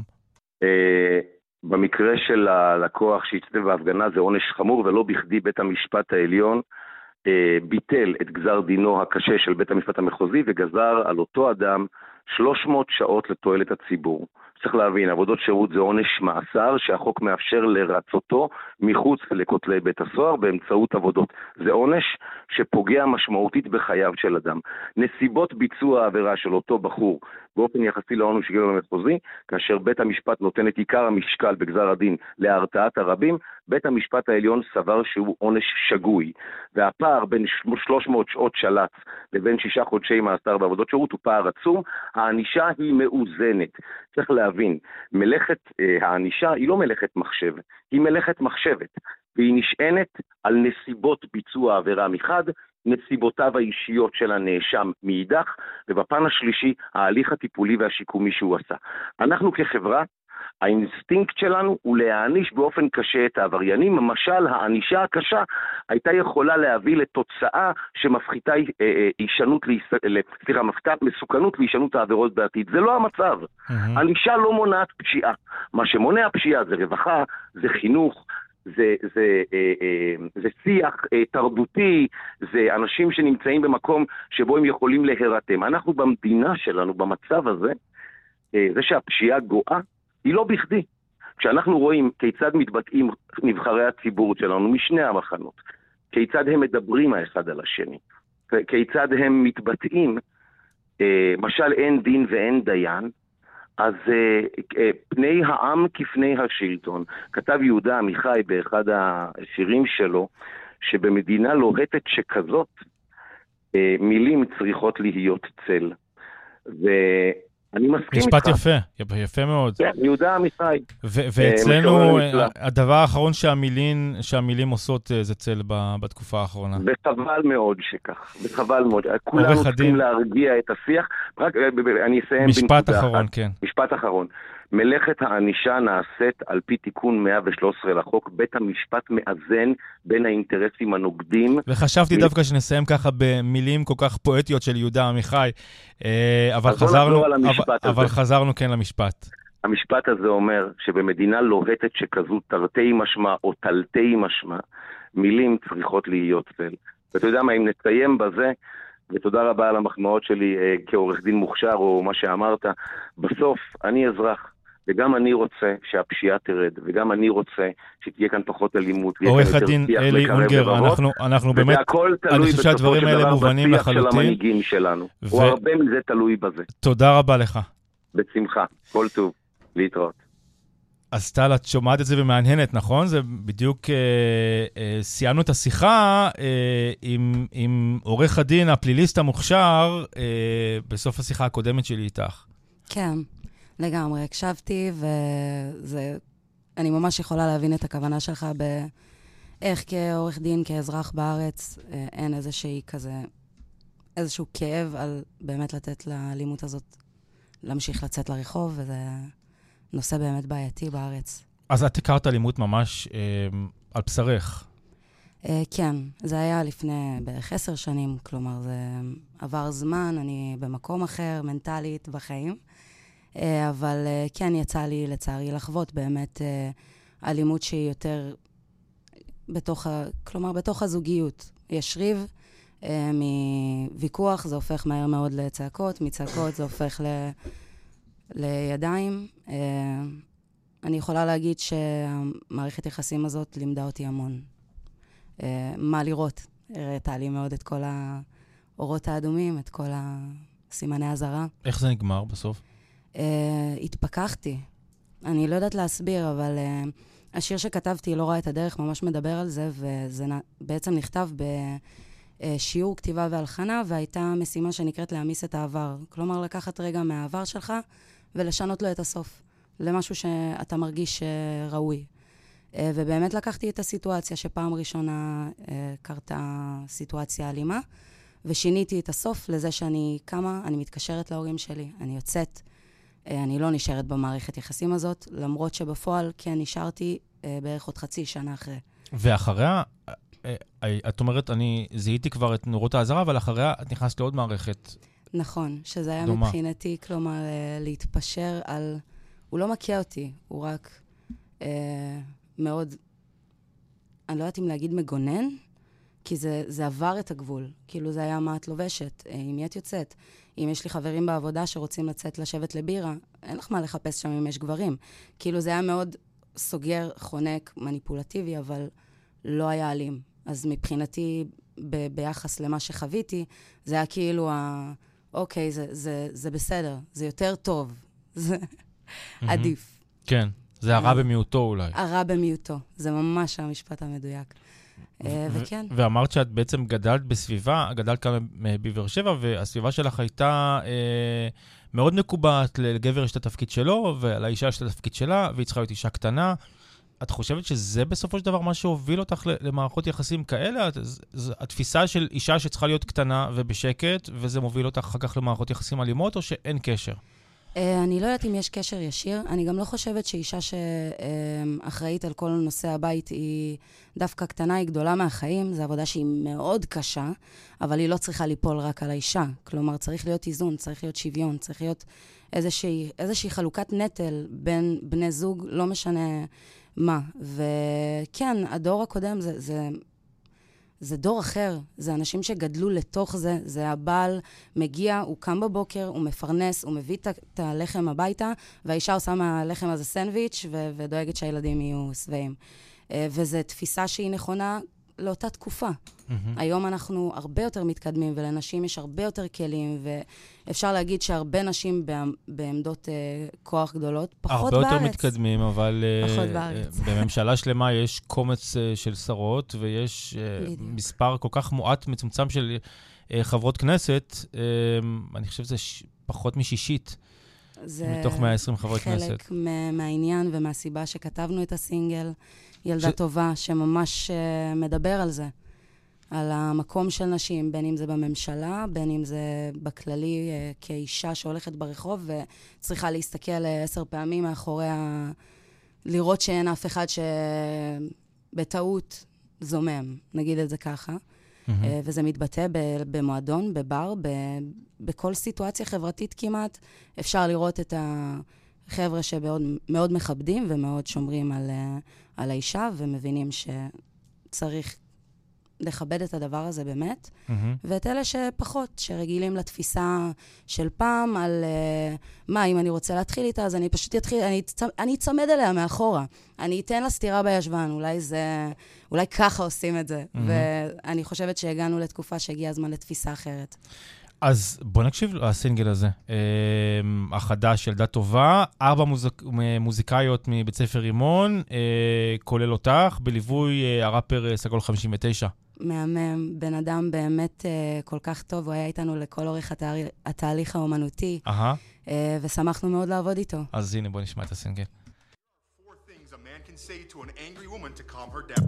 במקרה של הלקוח שהצטרף בהפגנה זה עונש חמור, ולא בכדי בית המשפט העליון ביטל את גזר דינו הקשה של בית המשפט המחוזי וגזר על אותו אדם שלוש מאות שעות לתועלת הציבור. צריך להבין, עבודות שירות זה עונש מאסר שהחוק מאפשר לרצותו מחוץ לכותלי בית הסוהר באמצעות עבודות. זה עונש שפוגע משמעותית בחייו של אדם. נסיבות ביצוע העבירה של אותו בחור באופן יחסי לעונש שגילו המחוזי, כאשר בית המשפט נותן את עיקר המשקל בגזר הדין להרתעת הרבים, בית המשפט העליון סבר שהוא עונש שגוי. והפער בין שלוש מאות שעות שלץ לבין שישה חודשי מאסר בעבודות שירות הוא פער עצום. הענישה היא מאוזנת. צריך להבין, מלאכת אה, הענישה היא לא מלאכת מחשב, היא מלאכת מחשבת, והיא נשענת על נסיבות ביצוע העבירה מחד, נסיבותיו האישיות של הנאשם מאידך, ובפן השלישי, ההליך הטיפולי והשיקומי שהוא עשה. אנחנו כחברה, האינסטינקט שלנו הוא להעניש באופן קשה את העבריינים. למשל, הענישה הקשה הייתה יכולה להביא לתוצאה שמפחיתה הישנות, סליחה, מפחיתה מסוכנות להישנות העבירות בעתיד. זה לא המצב. ענישה לא מונעת פשיעה. מה שמונע פשיעה זה רווחה, זה חינוך, זה, זה, זה שיח תרבותי, זה אנשים שנמצאים במקום שבו הם יכולים להירתם. אנחנו במדינה שלנו, במצב הזה, זה שהפשיעה גואה, היא לא בכדי. כשאנחנו רואים כיצד מתבטאים נבחרי הציבור שלנו משני המחנות, כיצד הם מדברים האחד על השני, כיצד הם מתבטאים, משל אין דין ואין דיין, אז פני העם כפני השלטון. כתב יהודה עמיחי באחד השירים שלו, שבמדינה לוהטת שכזאת, מילים צריכות להיות צל. ו... אני מסכים איתך. משפט יפה, יפה מאוד. כן, יהודה עמיחי. ואצלנו, הדבר האחרון שהמילים עושות זה צל בתקופה האחרונה. וחבל מאוד שכך, וחבל מאוד. כולנו צריכים להרגיע את השיח. רק, אני אסיים בנקודה אחת. משפט אחרון, כן. משפט אחרון. מלאכת הענישה נעשית על פי תיקון מאה ושלוש עשרה לחוק. בית המשפט מאזן בין האינטרסים הנוגדים. וחשבתי דווקא שנסיים ככה במילים כל כך פואטיות של יהודה עמיחי, אבל חזרנו, אבל חזרנו כן למשפט. המשפט הזה אומר שבמדינה לוהטת שכזו תרתי משמע או תלתי משמע, מילים צריכות להיות צל. ואתה יודע מה, אם נסיים בזה, ותודה רבה על המחמאות שלי כעורך דין מוכשר או מה שאמרת, בסוף אני אזרח. וגם אני רוצה שהפשיעה תרד, וגם אני רוצה שתהיה כאן פחות אלימות. עורך הדין אלי אונגר, אנחנו, אנחנו באמת, אני חושב שהדברים האלה מובנים לחלוטין. של המנהיגים שלנו. ו... הוא הרבה מזה תלוי בזה. תודה רבה לך. בשמחה, כל טוב, להתראות. אז טל, את שומעת את זה ומעניינת, נכון? זה בדיוק, אה, אה, סיימנו את השיחה אה, עם, עם עורך הדין, הפליליסט המוכשר, אה, בסוף השיחה הקודמת שלי איתך. כן. לגמרי, הקשבתי, ואני ממש יכולה להבין את הכוונה שלך באיך כעורך דין, כאזרח בארץ, אין איזושהי כזה, איזשהו כאב על באמת לתת לאלימות הזאת להמשיך לצאת לרחוב, וזה נושא באמת בעייתי בארץ. אז את הכרת אלימות ממש אה, על בשרך? אה, כן, זה היה לפני בערך עשר שנים, כלומר זה עבר זמן, אני במקום אחר, מנטלית, בחיים. אבל כן יצא לי לצערי לחוות באמת אלימות שהיא יותר בתוך, כלומר בתוך הזוגיות. יש ריב, מוויכוח זה הופך מהר מאוד לצעקות, מצעקות זה הופך ל... לידיים. אני יכולה להגיד שהמערכת יחסים הזאת לימדה אותי המון. מה לראות? הראתה לי מאוד את כל האורות האדומים, את כל סימני הזרה. איך זה נגמר בסוף? Uh, התפקחתי. אני לא יודעת להסביר, אבל uh, השיר שכתבתי, לא רואה את הדרך, ממש מדבר על זה, וזה בעצם נכתב בשיעור כתיבה והלחנה, והייתה משימה שנקראת להמיס את העבר. כלומר, לקחת רגע מהעבר שלך ולשנות לו את הסוף, למשהו שאתה מרגיש uh, ראוי. Uh, ובאמת לקחתי את הסיטואציה שפעם ראשונה uh, קרתה סיטואציה אלימה, ושיניתי את הסוף לזה שאני קמה, אני מתקשרת להורים שלי, אני יוצאת, אני לא נשארת במערכת יחסים הזאת, למרות שבפועל כן נשארתי בערך עוד חצי שנה אחרי. ואחריה, את אומרת, אני זיהיתי כבר את נורות האזהרה, אבל אחריה את נכנסת לעוד מערכת. נכון, שזה היה דומה. מבחינתי, כלומר, להתפשר על... הוא לא מכה אותי, הוא רק אה, מאוד... אני לא יודעת אם להגיד מגונן, כי זה, זה עבר את הגבול. כאילו זה היה מה את לובשת, עם מי את יוצאת. אם יש לי חברים בעבודה שרוצים לצאת לשבת לבירה, אין לך מה לחפש שם אם יש גברים. כאילו זה היה מאוד סוגר, חונק, מניפולטיבי, אבל לא היה אלים. אז מבחינתי, ב- ביחס למה שחוויתי, זה היה כאילו, ה- אוקיי, זה, זה, זה בסדר, זה יותר טוב, זה עדיף. כן, זה הרע במיעוטו אולי. הרע במיעוטו, זה ממש המשפט המדויק. וכן. ואמרת שאת בעצם גדלת בסביבה, גדלת כאן בבאר שבע, והסביבה שלך הייתה מאוד מקובעת, לגבר יש את התפקיד שלו, ולאישה יש את התפקיד שלה, והיא צריכה להיות אישה קטנה. את חושבת שזה בסופו של דבר מה שהוביל אותך למערכות יחסים כאלה? התפיסה של אישה שצריכה להיות קטנה ובשקט, וזה מוביל אותך אחר כך למערכות יחסים אלימות, או שאין קשר? אני לא יודעת אם יש קשר ישיר. אני גם לא חושבת שאישה שאחראית על כל נושא הבית היא דווקא קטנה, היא גדולה מהחיים. זו עבודה שהיא מאוד קשה, אבל היא לא צריכה ליפול רק על האישה. כלומר, צריך להיות איזון, צריך להיות שוויון, צריך להיות איזושהי, איזושהי חלוקת נטל בין בני זוג, לא משנה מה. וכן, הדור הקודם זה... זה זה דור אחר, זה אנשים שגדלו לתוך זה, זה הבעל מגיע, הוא קם בבוקר, הוא מפרנס, הוא מביא את הלחם הביתה, והאישה עושה מהלחם הזה סנדוויץ' ו- ודואגת שהילדים יהיו שבעים. וזו תפיסה שהיא נכונה לאותה תקופה. Mm-hmm. היום אנחנו הרבה יותר מתקדמים, ולנשים יש הרבה יותר כלים, ואפשר להגיד שהרבה נשים בעמדות uh, כוח גדולות, פחות הרבה בארץ. הרבה יותר מתקדמים, אבל פחות uh, בארץ. בממשלה שלמה יש קומץ uh, של שרות, ויש uh, מספר כל כך מועט, מצומצם של uh, חברות כנסת, uh, אני חושב שזה ש... פחות משישית. מתוך מאה ועשרים חברי כנסת. חלק מהעניין ומהסיבה שכתבנו את הסינגל, ילדה ש... טובה, שממש uh, מדבר על זה, על המקום של נשים, בין אם זה בממשלה, בין אם זה בכללי uh, כאישה שהולכת ברחוב, וצריכה להסתכל uh, עשר פעמים מאחורי ה... לראות שאין אף אחד שבטעות זומם, נגיד את זה ככה. Mm-hmm. Uh, וזה מתבטא ב- במועדון, בבר, ב- בכל סיטואציה חברתית כמעט. אפשר לראות את החבר'ה שמאוד מאוד מכבדים ומאוד שומרים על, uh, על האישה, ומבינים שצריך לכבד את הדבר הזה באמת. Mm-hmm. ואת אלה שפחות, שרגילים לתפיסה של פעם על uh, מה, אם אני רוצה להתחיל איתה, אז אני פשוט אתחיל, אני, אני אצמד אליה מאחורה. אני אתן לה סתירה בישבן, אולי זה, אולי ככה עושים את זה. Mm-hmm. ואני חושבת שהגענו לתקופה שהגיע הזמן לתפיסה אחרת. אז בוא נקשיב לסינגל הזה. החדש, ילדה טובה, ארבע מוזיק... מוזיקאיות מבית ספר רימון, כולל אותך, בליווי הראפר סגול חמישים ותשע. מהמם, בן אדם באמת כל כך טוב, הוא היה איתנו לכל אורך התהל... התהליך האומנותי, uh-huh. ושמחנו מאוד לעבוד איתו. אז הנה, בוא נשמע את הסינגל. Say to an angry woman to calm her down.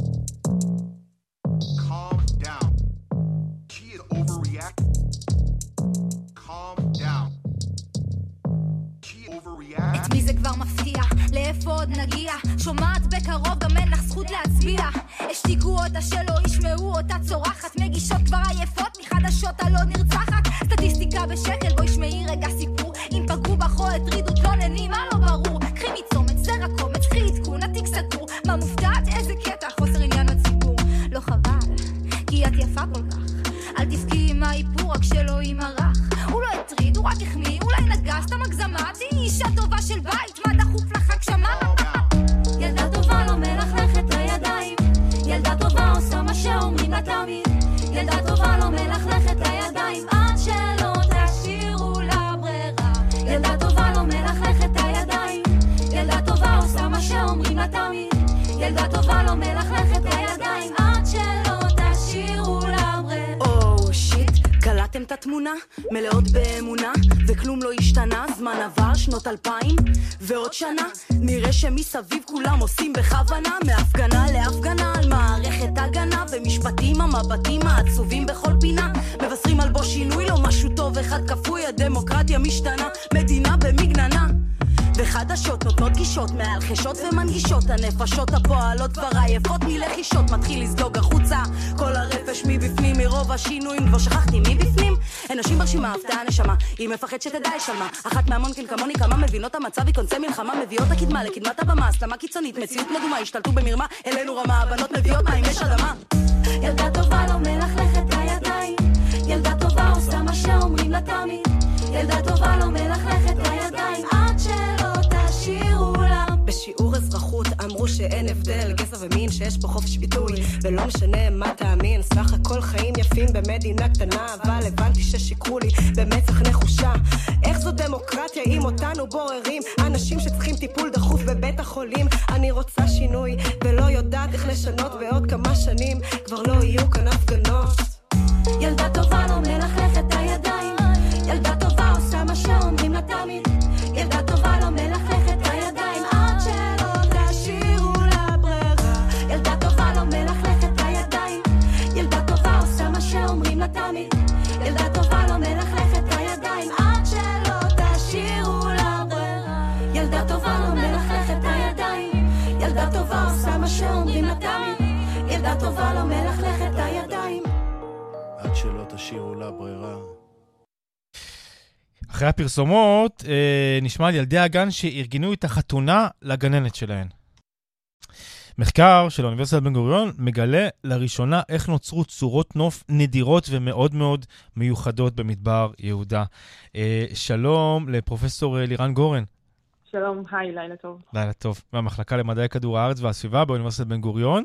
Calm down. She is overreacting. Calm down. She is overreacting. את מי זה כבר מפתיע? לאיפה עוד נגיע? שומעת בקרוב גם אין לך זכות להצביע. השתיקו אותה שלא ישמעו אותה צורחת. מגישות כבר עייפות מחדשות הלא נרצחת. סטטיסטיקה בשקל בו ישמעי רגע סיפור. אם פגעו בך או הטרידו תלוננים מה לא ברור. קחי מצומת זרע קומץ, קחי עדכון התיק סגור. מה מופתעת? איזה קטע חוסר עניין הציבור. לא חבל, כי את יפה כל כך. אל תפקי עם האיפור רק שלא ימרח. הוא לא הטריד, הוא רק החמיא, אולי נגש את המגזמה. תהי אישה טובה של בית, מה דחוף לך הגשמה? ילדה טובה לא מלכלכת לידיים. ילדה טובה עושה מה שאומרים לה תמיד. ילדה טובה לא מלכלכת לידיים עד שלא תשאיר. תמונה, מלאות באמונה, וכלום לא השתנה, זמן עבר, שנות אלפיים, ועוד שנה, נראה שמסביב כולם עושים בכוונה, מהפגנה להפגנה, על מערכת הגנה, ומשפטים המבטים העצובים בכל פינה, מבשרים על בו שינוי, לא משהו טוב, אחד כפוי, הדמוקרטיה משתנה, מדינה במגננה. וחדשות נותנות גישות מעל חשות ומנגישות, הנפשות הפועלות כבר עייפות מלחישות, מתחיל לזלוג החוצה כל הרפש מבפנים, מרוב השינויים כבר שכחתי מבפנים, אנשים ברשימה הפתעה נשמה, היא מפחד שתדע יש על מה, אחת מהמונקין כמוני כמה מבינות המצב, היא קונצי מלחמה מביאות הקדמה לקדמת הבמה, הסלמה קיצונית, מציאות מדומה, השתלטו במרמה, אלינו רמה, הבנות מביאות מים, יש אדמה. ילדה טובה לא מלכלכת הידיים, ילדה טובה עושה מה שאומרים לה תמיד, ילדה טובה לא מלכלכת הידיים, עד שלא תשאירו לה. בשיעור אזרחות אמרו שאין הבדל גזע ומין, שיש פה חופש ביטוי ולא משנה מה תאמין, סך הכל חיים יפים במדינה קטנה, אבל הבנתי ששיקרו לי במצח נחושה. איך זו דמוקרטיה אם אותנו בוררים אנשים שצריכים טיפול דחוף בבית החולים? אני רוצה שינוי ולא יודעת איך לשנות, בעוד כמה שנים כבר לא יהיו כאן הפגנות. ילדה טובה לא מלכלכת הידיים, ילדה טובה עושה מה שאומרים לה תמיד, ילדה טובה לא מלכלכת הידיים, עד שלא תשאירו לה ברירה. ילדה טובה לא מלכלכת הידיים, ילדה טובה עושה מה שאומרים לה תמיד, ילדה טובה לא מלכלכת הידיים, עד שלא תשאירו לה ברירה. ילדה טובה לא מלכלכת הידיים, ילדה טובה עושה מה שאומרים לה תמיד, ילדה טובה לא מלכלכת הידיים, עד שלא תשאירו לה ברירה. אחרי הפרסומות אה, נשמע על ילדי הגן שארגנו את החתונה לגננת שלהן. מחקר של האוניברסיטת בן גוריון מגלה לראשונה איך נוצרו צורות נוף נדירות ומאוד מאוד מיוחדות במדבר יהודה. אה, שלום לפרופסור לירן גורן. שלום, היי, לילה טוב. לילה טוב, מהמחלקה למדעי כדור הארץ והסביבה באוניברסיטת בן גוריון.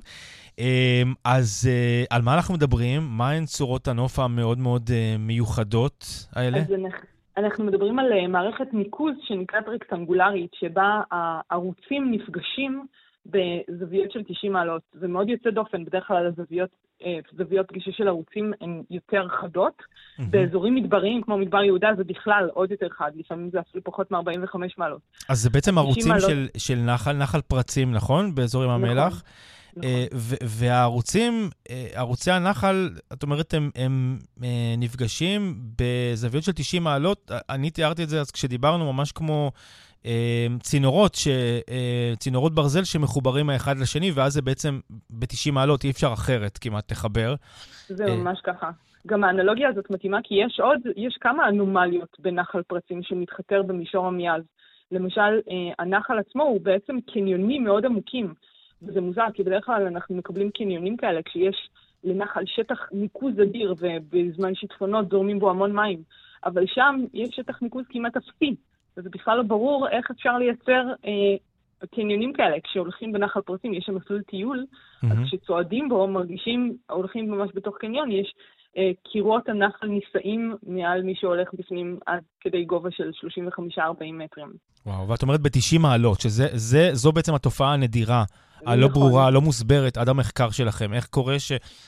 אז על מה אנחנו מדברים? מה הן צורות הנוף המאוד מאוד מיוחדות האלה? אז אנחנו מדברים על מערכת ניקוז שנקראת רקטנגולרית, שבה הערוצים נפגשים בזוויות של תשעים מעלות. זה מאוד יוצא דופן, בדרך כלל הזוויות, זוויות פגישה של ערוצים הן יותר חדות. Mm-hmm. באזורים מדבריים כמו מדבר יהודה זה בכלל עוד יותר חד, לפעמים זה אפילו פחות מ-ארבעים וחמש מעלות. אז זה בעצם ערוצים מעלות... של, של נחל, נחל פרצים, נכון? באזורים נכון. המלח. נכון. והערוצים, ערוצי הנחל, את אומרת, הם, הם נפגשים בזוויות של תשעים מעלות. אני תיארתי את זה אז כשדיברנו ממש כמו צינורות, ש, צינורות ברזל שמחוברים האחד לשני, ואז זה בעצם ב-תשעים מעלות, אי אפשר אחרת כמעט תחבר. זה ממש ככה. גם האנלוגיה הזאת מתאימה, כי יש עוד, יש כמה אנומליות בנחל פרצים שמתחתר במישור עמיעז. למשל, הנחל עצמו הוא בעצם קניונים מאוד עמוקים. וזה מוזר, כי בדרך כלל אנחנו מקבלים קניונים כאלה, כשיש לנחל שטח ניקוז אדיר, ובזמן שיטפונות זורמים בו המון מים. אבל שם יש שטח ניקוז כמעט אפסי, וזה בכלל לא ברור איך אפשר לייצר אה, קניונים כאלה. כשהולכים בנחל פרצים, יש שם מסלול טיול, mm-hmm. אז כשצועדים בו, מרגישים, הולכים ממש בתוך קניון, יש אה, קירות הנחל נישאים מעל מי שהולך בפנים עד כדי גובה של שלושים וחמישה עד ארבעים מטרים. וואו, ואת אומרת ב-תשעים מעלות, שזה, זה, זו בעצם התופעה הנדירה, הלא ברורה, הלא מוסברת עד המחקר שלכם. איך קורה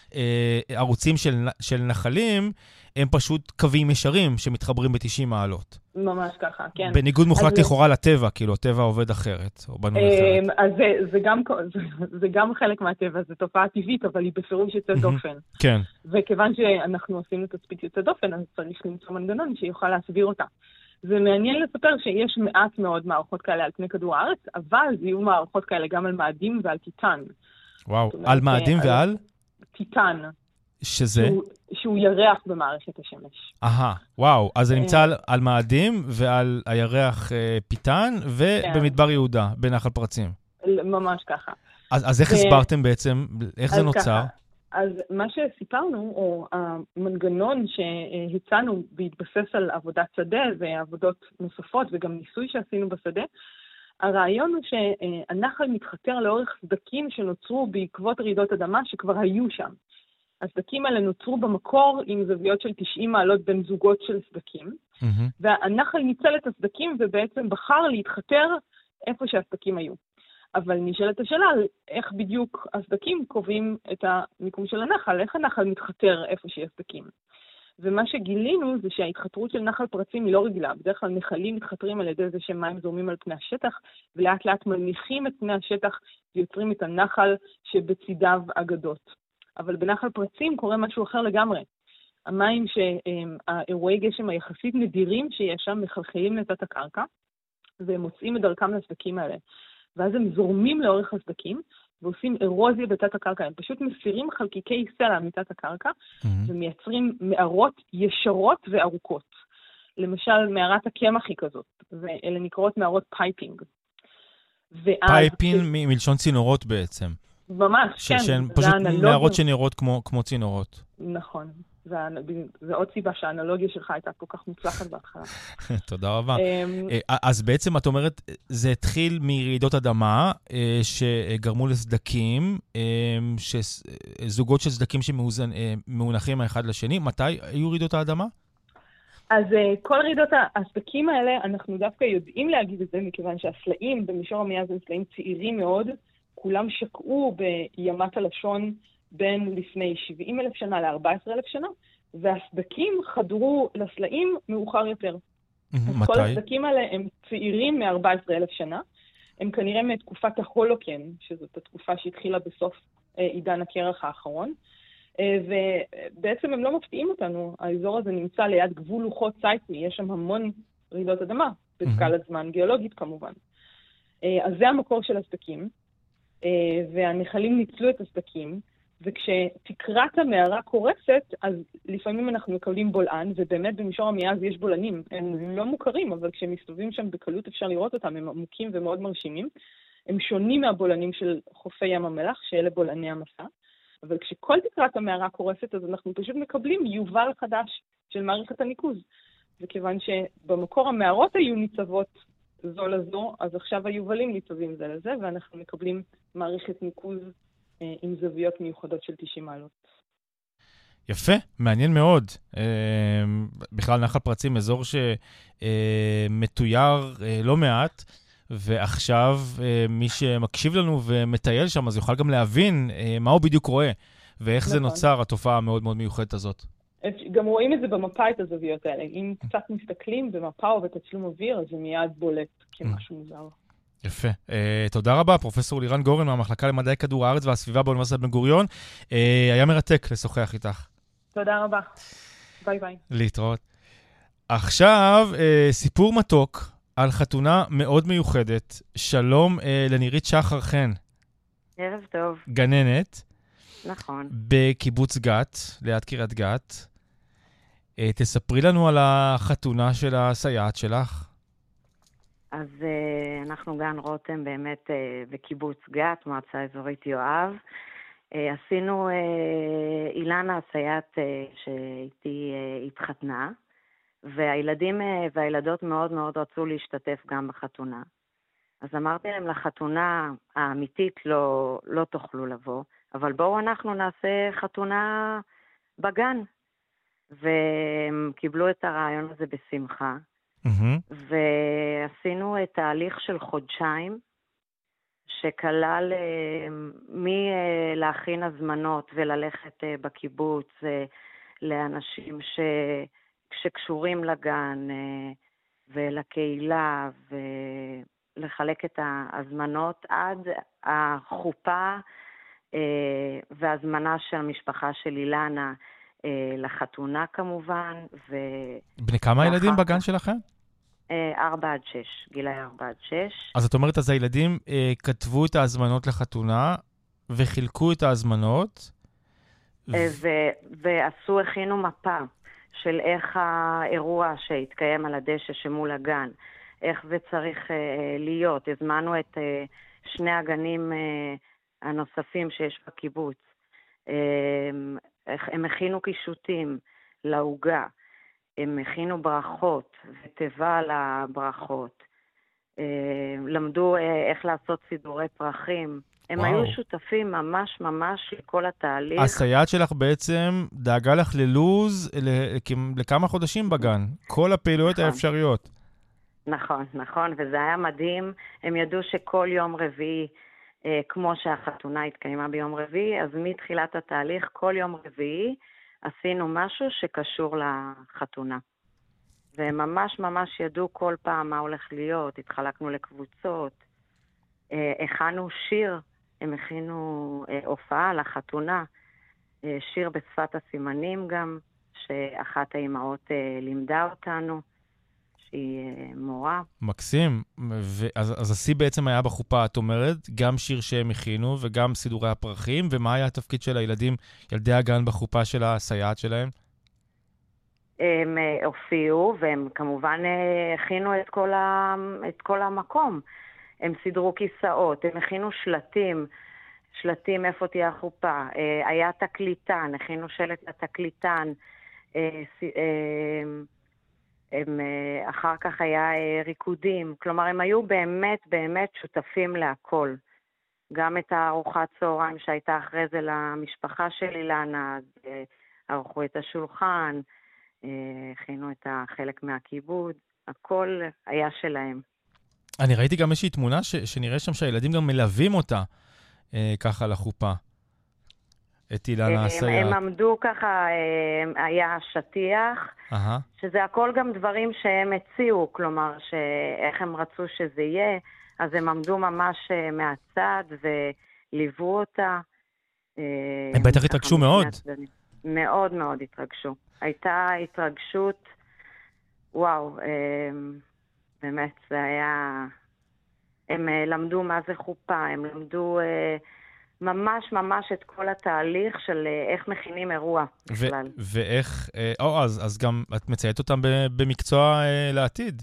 שערוצים של, של נחלים הם פשוט קווים ישרים שמתחברים ב-תשעים מעלות? ממש ככה, כן. בניגוד מוחלט לכאורה לטבע, כאילו הטבע עובד אחרת, או בנוי אחרת. אז זה, זה, גם, זה, זה גם חלק מהטבע, זו תופעה טבעית, אבל היא בפירוש יוצאת דופן. כן. וכיוון שאנחנו עושים את תצפית יוצאת דופן, אז צריך למצוא מנגנון שיוכל להסביר אותה. זה מעניין לספר שיש מעט מאוד מערכות כאלה על פני כדור הארץ, אבל יהיו מערכות כאלה גם על מאדים ועל טיטן. וואו, על מאדים ועל? טיטן. שזה? שהוא, שהוא ירח במערכת השמש. אהה, וואו, אז זה נמצא על, על מאדים ועל הירח אה, פיטן, ובמדבר יהודה, בנחל פרצים. ממש ככה. אז, אז איך ו... הסברתם בעצם, איך זה נוצר? ככה. אז מה שסיפרנו, או המנגנון שהצענו בהתבסס על עבודת שדה ועבודות נוספות וגם ניסוי שעשינו בשדה, הרעיון הוא שהנחל מתחתר לאורך סדקים שנוצרו בעקבות רעידות אדמה שכבר היו שם. הסדקים האלה נוצרו במקור עם זוויות של תשעים מעלות בין זוגות של סדקים, mm-hmm. והנחל ניצל את הסדקים ובעצם בחר להתחתר איפה שהסדקים היו. אבל נשאלת השאלה על איך בדיוק הסדקים קובעים את המיקום של הנחל, איך הנחל מתחתר איפה שיש סדקים. ומה שגילינו זה שההתחתרות של נחל פרצים היא לא רגילה. בדרך כלל נחלים מתחתרים על ידי זה שמים זורמים על פני השטח, ולאט לאט מניחים את פני השטח ויוצרים את הנחל שבצידיו אגדות. אבל בנחל פרצים קורה משהו אחר לגמרי. המים שהאירועי גשם היחסית נדירים שיש שם מחלחלים לתת הקרקע, והם מוצאים את דרכם לסדקים האלה. ואז הם זורמים לאורך הסדקים, ועושים אירוזיה בתת הקרקע. הם פשוט מסירים חלקיקי סלע מתת הקרקע, mm-hmm. ומייצרים מערות ישרות וארוכות. למשל, מערת הקמח היא כזאת, ואלה נקראות מערות פייפינג. פייפינג מ- מלשון צינורות בעצם. ממש, ש- כן. שהן פשוט מערות שנראות כמו, כמו צינורות. נכון. זה, זה עוד סיבה שהאנלוגיה שלך הייתה כל כך מוצלחת בהתחלה. תודה רבה. אז בעצם את אומרת, זה התחיל מרעידות אדמה שגרמו לסדקים, זוגות של סדקים שמאונחים האחד לשני. מתי היו רעידות האדמה? אז כל רעידות הסדקים האלה, אנחנו דווקא יודעים להגיד את זה, מכיוון שהסלעים במישור המאה זה סלעים צעירים מאוד, כולם שקעו בימת הלשון, בין לפני שבעים אלף שנה ל-ארבע עשרה אלף שנה, והסדקים חדרו לסלעים מאוחר יותר. מתי? כל הסדקים האלה הם צעירים מ-ארבע עשרה אלף שנה, הם כנראה מתקופת ההולוקן, שזאת התקופה שהתחילה בסוף עידן הקרח האחרון, ובעצם הם לא מפתיעים אותנו. האזור הזה נמצא ליד גבול לוחות סייסמי, יש שם המון רעידות אדמה, בסקלת זמן גיאולוגית כמובן. אז זה המקור של הסדקים, והנחלים ניצלו את הסדקים, וכשתקרת המערה קורסת, אז לפעמים אנחנו מקבלים בולען, ובאמת במישור המאה יש בולענים, הם לא מוכרים, אבל כשהם מסתובבים שם בקלות אפשר לראות אותם, הם עמוקים ומאוד מרשימים. הם שונים מהבולענים של חופי ים המלח, שאלה בולעני המסע, אבל כשכל תקרת המערה קורסת, אז אנחנו פשוט מקבלים יובל חדש של מערכת הניקוז. וכיוון שבמקור המערות היו ניצבות זו לזו, אז עכשיו היובלים ניצבים זה לזה, ואנחנו מקבלים מערכת ניקוז עם זוויות מיוחדות של תשעים מעלות. יפה, מעניין מאוד. בכלל נחל פרצים, אזור שמתויר לא מעט, ועכשיו מי שמקשיב לנו ומטייל שם, אז יוכל גם להבין מה הוא בדיוק רואה, ואיך זה נוצר, התופעה המאוד מאוד מיוחדת הזאת. גם רואים את זה במפה, את הזוויות האלה. אם קצת מסתכלים במפה או בתצלום אוויר, אז זה מיד בולט כמשהו מוזר. יפה. Uh, תודה רבה, פרופסור לירן גורן מהמחלקה למדעי כדור הארץ והסביבה באוניברסיטת בן גוריון. Uh, היה מרתק לשוחח איתך. תודה רבה. ביי ביי. להתראות. עכשיו, uh, סיפור מתוק על חתונה מאוד מיוחדת. שלום uh, לנירית שחר חן. ערב טוב. גננת. נכון. בקיבוץ גת, ליד קריית גת. Uh, תספרי לנו על החתונה של הסייעת שלך. אז uh, אנחנו גן רותם באמת uh, בקיבוץ גת, מועצה אזורית יואב. Uh, עשינו, uh, אילנה הסייעת uh, שאיתי uh, התחתנה, והילדים uh, והילדות מאוד מאוד רצו להשתתף גם בחתונה. אז אמרתי להם, לחתונה האמיתית לא, לא תוכלו לבוא, אבל בואו אנחנו נעשה חתונה בגן. והם קיבלו את הרעיון הזה בשמחה. Mm-hmm. ועשינו את תהליך של חודשיים, שכלל מלהכין הזמנות וללכת בקיבוץ לאנשים ש... שקשורים לגן ולקהילה, ולחלק את ההזמנות עד החופה והזמנה של המשפחה של אילנה לחתונה כמובן. ו... בני כמה ילדים בגן שלכם? ארבע עד שש, גילי ארבע עד שש. אז את אומרת, אז הילדים אה, כתבו את ההזמנות לחתונה, וחילקו את ההזמנות? אה, ו... ועשו, הכינו מפה של איך האירוע שהתקיים על הדשא שמול הגן, איך זה צריך אה, להיות. הזמנו את אה, שני הגנים אה, הנוספים שיש בקיבוץ. אה, הם הכינו קישוטים להוגה. הם הכינו ברכות וטבע לברכות. למדו איך לעשות סידורי פרחים. הם וואו. היו שותפים ממש ממש לכל התהליך. הסייעת שלך בעצם דאגה לך ללוז לכמה חודשים בגן. כל הפעילויות נכון. האפשריות. נכון, נכון. וזה היה מדהים. הם ידעו שכל יום רביעי, כמו שהחתונה התקיימה ביום רביעי, אז מתחילת התהליך, כל יום רביעי, עשינו משהו שקשור לחתונה. וממש ממש ידעו כל פעם מה הולך להיות, התחלקנו לקבוצות, הכנו שיר, הם הכינו הופעה לחתונה, שיר בשפת הסימנים גם, שאחת האימהות לימדה אותנו, שהיא מורה. מקסים. אז, אז השיא בעצם היה בחופה, את אומרת, גם שיר שהם הכינו וגם סידורי הפרחים, ומה היה התפקיד של הילדים, ילדי הגן בחופה של הסייעת שלהם? הם הופיעו, והם כמובן הכינו את כל, ה... את כל המקום. הם סידרו כיסאות, הם הכינו שלטים, שלטים איפה תהיה החופה. היה תקליטן, הכינו שלט לתקליטן. הם, אחר כך היה ריקודים. כלומר, הם היו באמת באמת שותפים להכל. גם את הארוחת צהריים שהייתה אחרי זה למשפחה של אילנה, אז ערכו את השולחן, הכינו את החלק מהכיבוד, הכל היה שלהם. אני ראיתי גם איזושהי תמונה ש, שנראה שם שהילדים גם מלווים אותה אה, ככה לחופה, את אילנה הסייעת. הם עמדו ככה, היה שטיח, uh-huh. שזה הכל גם דברים שהם הציעו, כלומר שאיך הם רצו שזה יהיה, אז הם עמדו ממש מהצד וליוו אותה. הם בטח התרגשו מאוד. מאוד מאוד התרגשו. הייתה התרגשות, וואו, באמת, זה היה... הם למדו מה זה חופה, הם למדו ממש ממש את כל התהליך של איך מכינים אירוע בכלל. ואיך, או, אז, אז גם את מציינת אותם במקצוע לעתיד.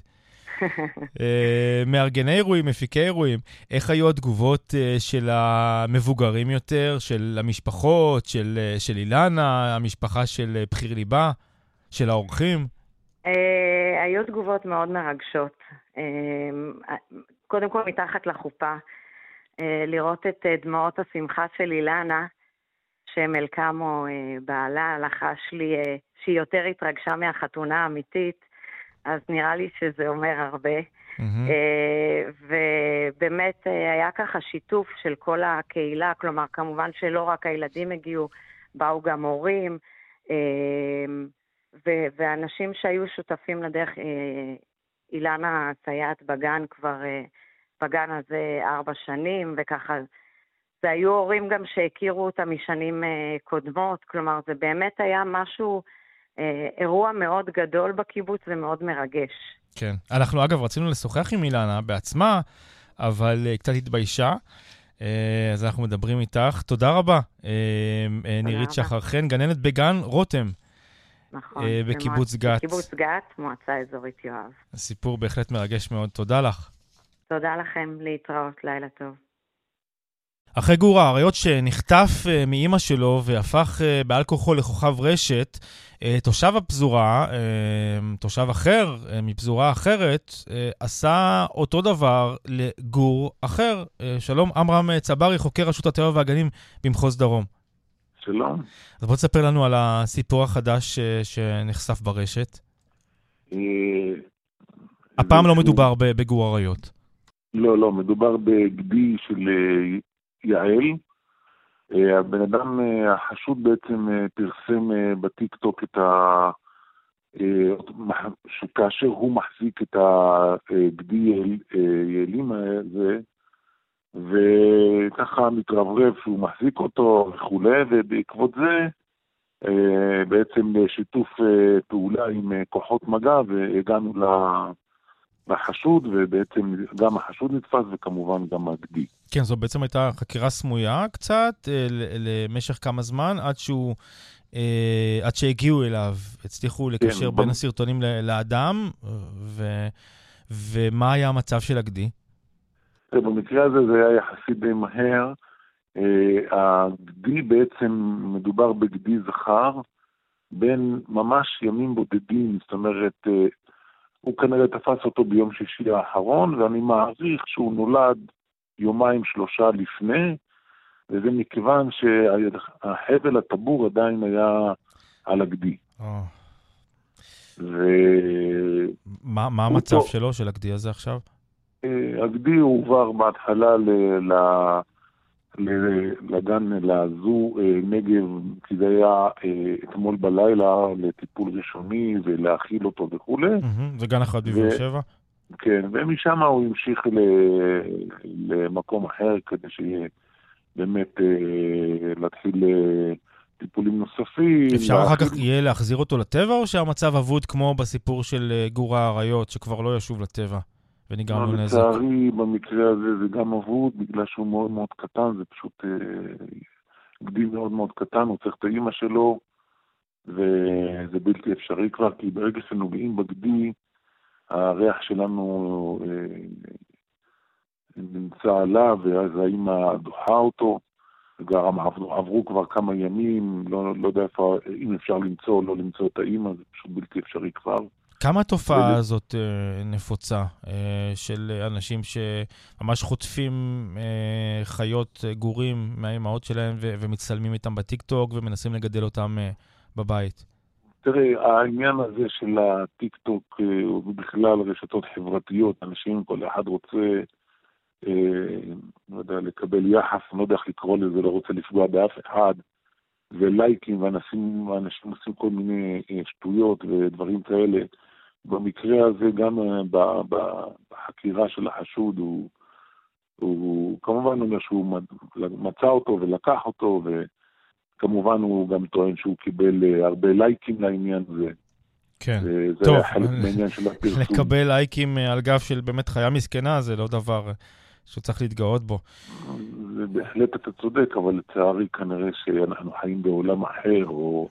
מארגני אירועים, מפיקי אירועים. איך היו התגובות של המבוגרים יותר, של המשפחות, של, של אילנה, המשפחה של בחיר ליבה, של האורחים? היו תגובות מאוד מרגשות. קודם כל מתחת לחופה, לראות את דמעות השמחה של אילנה, שמלקמו בעלה לחש לי שהיא יותר התרגשה מהחתונה האמיתית, אז נראה לי שזה אומר הרבה. Mm-hmm. ובאמת היה ככה שיתוף של כל הקהילה, כלומר כמובן שלא רק הילדים הגיעו, באו גם הורים, ואנשים שהיו שותפים לדרך. אילנה סייעת בגן כבר, בגן הזה ארבע שנים, וככה, זה היו הורים גם שהכירו אותה משנים קודמות, כלומר זה באמת היה משהו, אירוע מאוד גדול בקיבוץ ומאוד מרגש. כן, אנחנו אגב רצינו לשוחח עם אילנה בעצמה, אבל קצת התביישה, אז אנחנו מדברים איתך. תודה רבה, נירית שחר חן, גננת בגן רותם. נכון. בקיבוץ גת. בקיבוץ גת, מועצה אזורית יואב. הסיפור בהחלט מרגש מאוד. תודה לך. תודה לכם, להתראות, לילה טוב. אחרי גור האריות שנחטף מאמא שלו והפך בעל כוחו לכוכב רשת, תושב הפזורה, תושב אחר מפזורה אחרת, עשה אותו דבר לגור אחר. שלום, עמרם צברי, חוקר רשות הטבע והגנים במחוז דרום. שלום. אז בוא תספר לנו על הסיפור החדש שנחשף ברשת. הפעם לא מדובר בגור אריות. לא, לא, מדובר בגדי של יעל. הבן אדם החשוד בעצם פרסם בטיק טוק את ה... שכאשר הוא מחזיק את הגדי יעלים הזה, וככה מתרברב שהוא מחזיק אותו וכולי, ובעקבות זה בעצם לשיתוף פעולה עם כוחות מגע, והגענו לחשוד, ובעצם גם החשוד נתפס וכמובן גם הגדי. כן, זו בעצם הייתה חקירה סמויה קצת, למשך כמה זמן, עד שהוא, עד שהגיעו אליו, הצליחו לקשר בין הסרטונים לאדם, ומה היה המצב של הגדי? במקרה הזה זה היה יחסית די מהר. הגדי בעצם מדובר בגדי זכר, בין ממש ימים בודדים, זאת אומרת, הוא כנראה תפס אותו ביום שישי האחרון, ואני מעריך שהוא נולד יומיים שלושה לפני, וזה מכיוון שהחבל הטבור עדיין היה על הגדי. מה המצב שלו, של הגדי הזה עכשיו? הגדי הועבר בהתחלה לגן לעזו נגב, כי זה היה אתמול בלילה לטיפול ראשוני ולהכיל אותו וכו'. זה גן אחד בבאר שבע? כן, ומשם הוא המשיך למקום אחר כדי שיהיה באמת להתחיל טיפולים נוספים. אפשר אחר כך יהיה להחזיר אותו לטבע, או שהמצב אבוד כמו בסיפור של גור האריות, שכבר לא ישוב לטבע ונגרם לו נזק? לצערי, במקרה הזה זה גם אבוד, בגלל שהוא מאוד מאוד קטן, זה פשוט גדי מאוד מאוד קטן, הוא צריך את האמא שלו, וזה בלתי אפשרי כבר, כי ברגע שנוגעים בגדי, הריח שלנו נמצא עליו, ואז האמא דוחה אותו, וגם עברו כבר כמה ימים, לא, לא יודע איפה, אם אפשר למצוא או לא למצוא את האמא, זה פשוט בלתי אפשרי כבר. כמה התופעה וזה... הזאת אה, נפוצה, אה, של אנשים שממש חוטפים אה, חיות אה, גורים מהאימהות שלהם ו- ומצלמים איתם בטיקטוק ומנסים לגדל אותם אה, בבית? תראה, העניין הזה של הטיקטוק אה, ובכלל רשתות חברתיות, אנשים, כל אחד רוצה לא יודע, לקבל יחס, לא יודע איך לקרוא לזה, לא רוצה לפגוע באף אחד, ולייקים, ואנשים, ואנשים עושים כל מיני שטויות ודברים כאלה. במקרה הזה, גם בחקירה של החשוד, הוא, הוא כמובן אומר שהוא מצא אותו ולקח אותו, וכמובן הוא גם טוען שהוא קיבל הרבה לייקים לעניין הזה. כן, זה טוב, היה חלק מהעניין של הפרסום. לקבל לייקים על גב של באמת חיה מסכנה, זה לא דבר שצריך להתגאות בו. זה בהחלט אתה צודק, אבל לצערי כנראה שאנחנו חיים בעולם אחר, או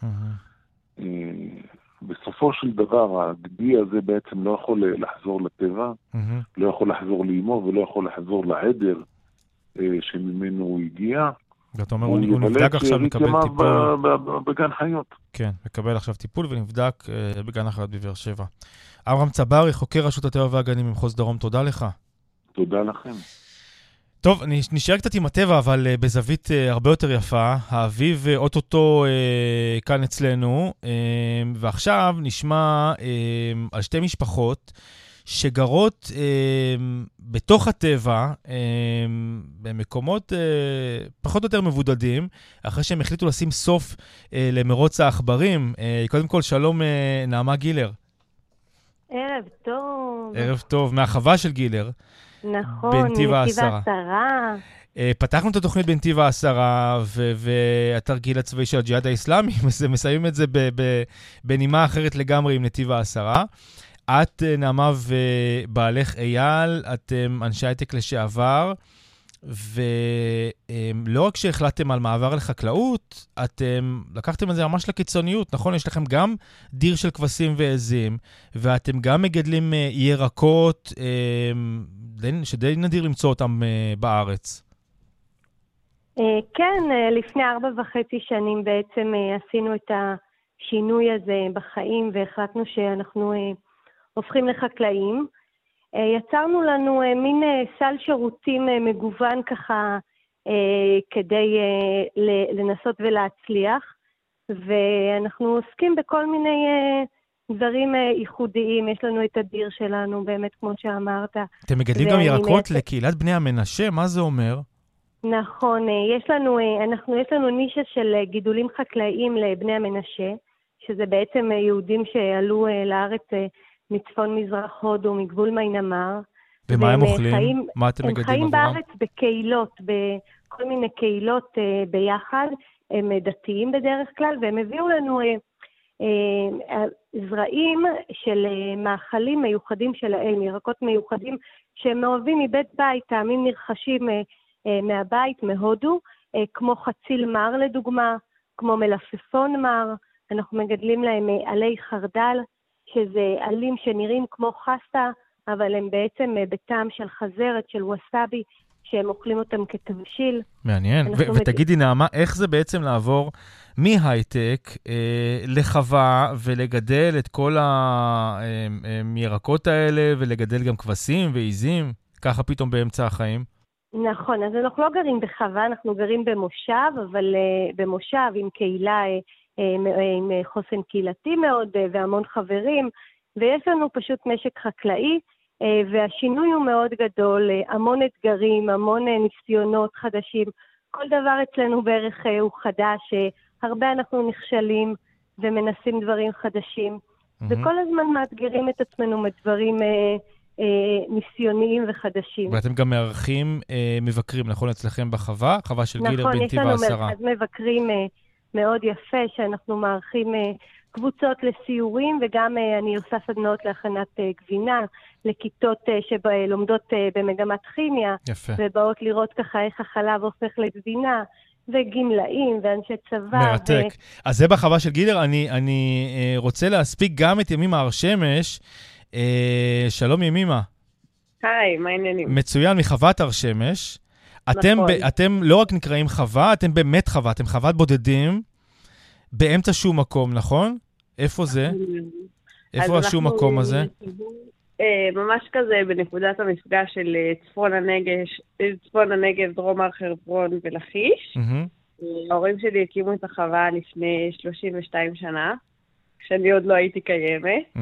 בסופו של דבר הגדי הזה בעצם לא יכול לחזור לטבע, לא יכול לחזור לאמו ולא יכול לחזור לעדר שממנו הוא הגיע. ואתה אומר, הוא נבדק עכשיו מקבל טיפול. בגן חיות. כן, מקבל עכשיו טיפול ונבדק בגן החיות בבאר שבע. אברהם צברי, חוקר רשות הטבע והגנים ממחוז דרום, תודה לך. תודה לכם. טוב, נשאר קצת עם הטבע, אבל בזווית הרבה יותר יפה. האביב אוטוטו כאן אצלנו, ועכשיו נשמע על שתי משפחות שגרות אה, בתוך הטבע, אה, במקומות אה, פחות או יותר מבודדים, אחרי שהם החליטו לשים סוף אה, למרוץ העכברים. אה, קודם כל, שלום אה, נעמה גילר. ערב טוב. ערב טוב, מהחווה של גילר. נכון, בנתיב העשרה. אה, פתחנו את התוכנית בנתיב העשרה, והתרגיל הצבאי של הג'יהאד האסלאמי, מסיימים את זה בנימה אחרת לגמרי עם נתיב העשרה. את, נעמה ובעלך אייל, אתם אנשי הייטק לשעבר, ולא רק שהחלטתם על מעבר לחקלאות, אתם לקחתם את זה ממש לקיצוניות, נכון? יש לכם גם דיר של כבשים ועזים, ואתם גם מגדלים ירקות, שדי נדיר למצוא אותם בארץ. כן, לפני ארבע וחצי שנים בעצם עשינו את השינוי הזה בחיים, והחלטנו שאנחנו הופכים לחקלאים. יצרנו לנו מין סל שירותים מגוון ככה כדי לנסות ולהצליח, ואנחנו עוסקים בכל מיני דברים ייחודיים. יש לנו את הדיר שלנו, באמת כמו שאמרת. אתם מגדלים גם ירקות לקהילת בני המנשה? מה זה אומר? נכון, יש לנו, אנחנו, יש לנו נישה של גידולים חקלאיים לבני המנשה, שזה בעצם יהודים שעלו לארץ מצפון מזרח הודו, מגבול מיינמר. ומה הם אוכלים? חיים, מה אתם מגדלים עבורם? הם חיים בארץ בקהילות, בכל מיני קהילות uh, ביחד, הם דתיים בדרך כלל, והם הביאו לנו uh, uh, זרעים של uh, מאכלים מיוחדים שלהם, ירקות מיוחדים, שהם אוהבים מבית בית, טעמים נרחשים uh, uh, מהבית, מהודו, uh, כמו חציל מר לדוגמה, כמו מלפפון מר, אנחנו מגדלים להם uh, עלי חרדל, שזה עלים שנראים כמו חסה, אבל הם בעצם בטעם של חזרת, של וסאבי, שהם אוכלים אותם כתבשיל. מעניין. ו- ותגידי נעמה, איך זה בעצם לעבור מהייטק אה, לחווה ולגדל את כל הירקות האלה, ולגדל גם כבשים ועיזים, ככה פתאום באמצע החיים? נכון, אז אנחנו לא גרים בחווה, אנחנו גרים במושב, אבל uh, במושב עם קהילה, uh, עם חוסן קהילתי מאוד והמון חברים, ויש לנו פשוט משק חקלאי, והשינוי הוא מאוד גדול, המון אתגרים, המון ניסיונות חדשים, כל דבר אצלנו בערך הוא חדש, הרבה אנחנו נכשלים ומנסים דברים חדשים, mm-hmm. וכל הזמן מאתגרים את עצמנו מדברים אה, אה, ניסיוניים וחדשים. ואתם גם מארחים אה, מבקרים, נכון, אצלכם בחווה? חווה של גילר בנתיב העשרה. נכון, יש לנו מרכז מבקרים אה, מאוד יפה, שאנחנו מארחים אה, קבוצות לסיורים, וגם אה, אני עושה סדנאות להכנת אה, גבינה, לכיתות אה, שלומדות אה, במגמת כימיה, יפה. ובאות לראות ככה איך החלב הופך לגבינה, וגמלאים ואנשי צבא. מרתק. ו... אז זה בחווה של גילר. אני, אני אה, רוצה להספיק גם את ימימה הר שמש. אה, שלום ימימה. היי, מה העניינים? מצוין, מחוות הר שמש. אתם, נכון. ב, אתם לא רק נקראים חווה, אתם באמת חווה. אתם חוות בודדים באמצע שום מקום, נכון? איפה זה? איפה השום מקום הזה? ממש כזה בנקודת המפגש של צפון הנגב, צפון הנגב, דרום הר חברון ולכיש. ההורים שלי הקימו את החווה לפני שלושים ושתיים שנה, כשאני עוד לא הייתי קיימת.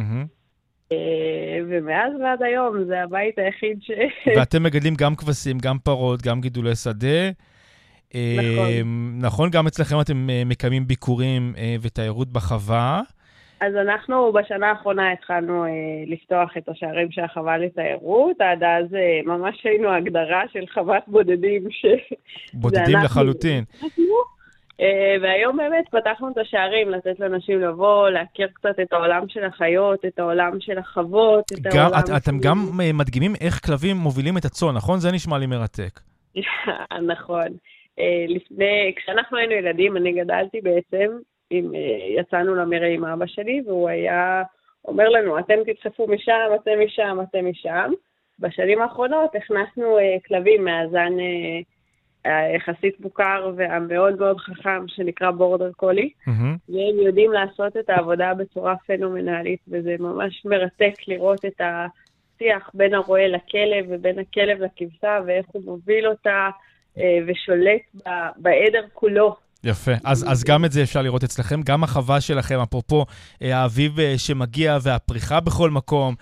ומאז ועד היום זה הבית היחיד ש... ואתם מגדלים גם כבשים, גם פרות, גם גידולי שדה. נכון. נכון, גם אצלכם אתם מקיימים ביקורים ותיירות בחווה. אז אנחנו בשנה האחרונה התחלנו אה, לפתוח את השערים של החווה לתיירות, עד אז אה, ממש היינו הגדרה של חוות בודדים ש... בודדים לחלוטין. אה, והיום באמת פתחנו את השערים, לתת לאנשים לבוא, להכיר קצת את העולם של החיות, את העולם של החוות, את גם, העולם... את, אתם גם מדגימים איך כלבים מובילים את הצאן, נכון? זה נשמע לי מרתק. נכון. אה, לפני, כשאנחנו היינו ילדים, אני גדלתי בעצם, אם יצאנו למראה עם אבא שלי, והוא היה אומר לנו, אתם תדחפו משם, אתם משם, אתם משם. בשנים האחרונות הכנסנו כלבים מהזן היחסית מוכר והמאוד מאוד חכם, שנקרא בורדר קולי, והם יודעים לעשות את העבודה בצורה פנומנלית, וזה ממש מרתק לראות את השיח בין הרועה לכלב, ובין הכלב לכבשה, ואיך הוא מוביל אותה, ושולט בעדר כולו. יפה, אז, אז גם את זה אפשר לראות אצלכם, גם החווה שלכם, אפרופו האביב שמגיע והפריחה בכל מקום,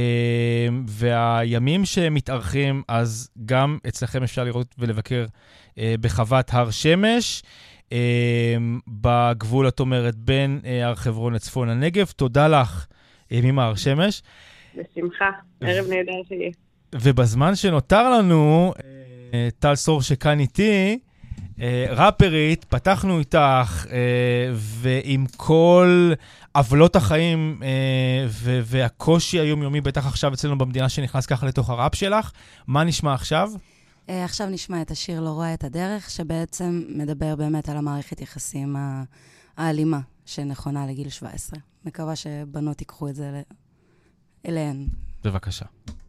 והימים שמתארחים, אז גם אצלכם אפשר לראות ולבקר בחוות הר שמש, בגבול, את אומרת, בין הר חברון לצפון הנגב. תודה לך, ימימה הר שמש. בשמחה, ערב נהדר שיהיה. ובזמן שנותר לנו, טל סור שכאן איתי, ראפרית, פתחנו איתך, ועם כל עוולות החיים והקושי היומיומי, בטח עכשיו אצלנו במדינה שנכנס ככה לתוך הראפ שלך, מה נשמע עכשיו? עכשיו נשמע את השיר לא רואה את הדרך, שבעצם מדבר באמת על המערכת יחסים האלימה, שנכונה לגיל שבע עשרה. מקווה שבנות ייקחו את זה אליהן. בבקשה.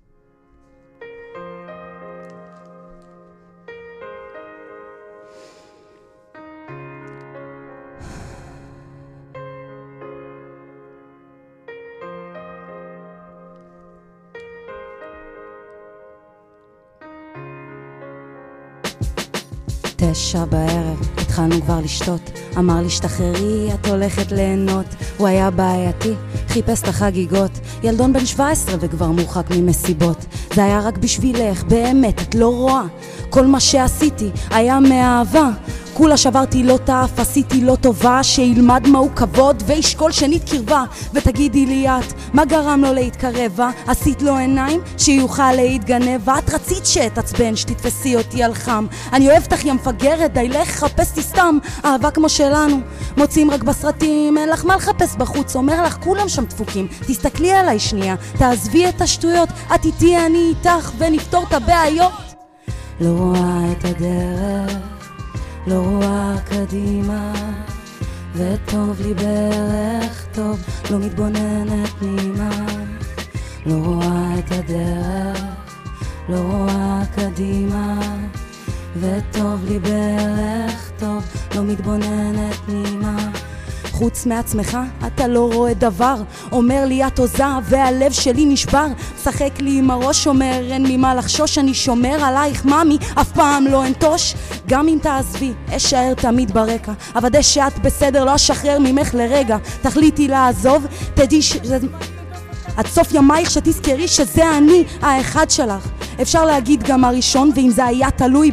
תשע בערב, התחלנו כבר לשתות, אמר לי שתחררי, את הולכת ליהנות. הוא היה בעייתי, חיפש את החגיגות, ילדון בן שבע עשרה וכבר מורחק ממסיבות. זה היה רק בשבילך, באמת, את לא רואה, כל מה שעשיתי היה מאהבה. כולה שברתי לא תאף, עשיתי לא טובה, שילמד מהו כבוד וישקול שנית קרבה. ותגידי לי את, מה גרם לו להתקרב? עשית לו עיניים שיוכל להתגנב? את רצית שתעצבן, שתתפסי אותי על חם. אני אוהבת לך יא מפגרת, די לך חפשתי סתם. אהבה כמו שלנו מוצאים רק בסרטים, אין לך מה לחפש בחוץ, אומר לך כולם שם דפוקים. תסתכלי עליי שנייה, תעזבי את השטויות, את איתי אני איתך ונפתור את הבעיות. לא רואה את הדרך, לא רואה קדימה, וטוב לי בערך טוב, לא מתבוננת פנימה. לא רואה את הדרך, לא רואה קדימה, וטוב לי בערך טוב, לא מתבוננת פנימה. חוץ מעצמך אתה לא רואה דבר, אומר לי את עוזה והלב שלי נשבר. שחק לי עם הראש, אומר אין לי מה לחשוש, אני שומר עלייך ממי, אף פעם לא אנטוש. גם אם תעזבי, אשאר תמיד ברקע, אוודא שאת בסדר, לא אשחרר ממך לרגע. תחליטי לעזוב, תדעי שזה... עד סוף ימייך שתזכרי שזה אני האחד שלך. אפשר להגיד גם הראשון, ואם זה היה תלוי בי,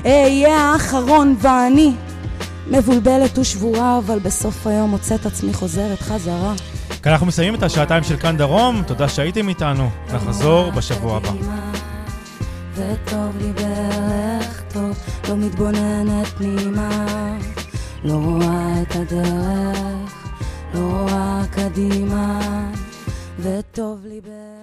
אהיה האחרון ואני מבולבלת ושבורה, אבל בסוף היום מוצאת עצמי חוזרת חזרה. כאן אנחנו מסיימים את השעתיים של כאן דרום, תודה שהייתם איתנו, נחזור בשבוע הבא. וטוב לי בערך טוב, לא מתבוננת פנימה, לא רואה את הדרך, לא רואה קדימה, וטוב לי בערך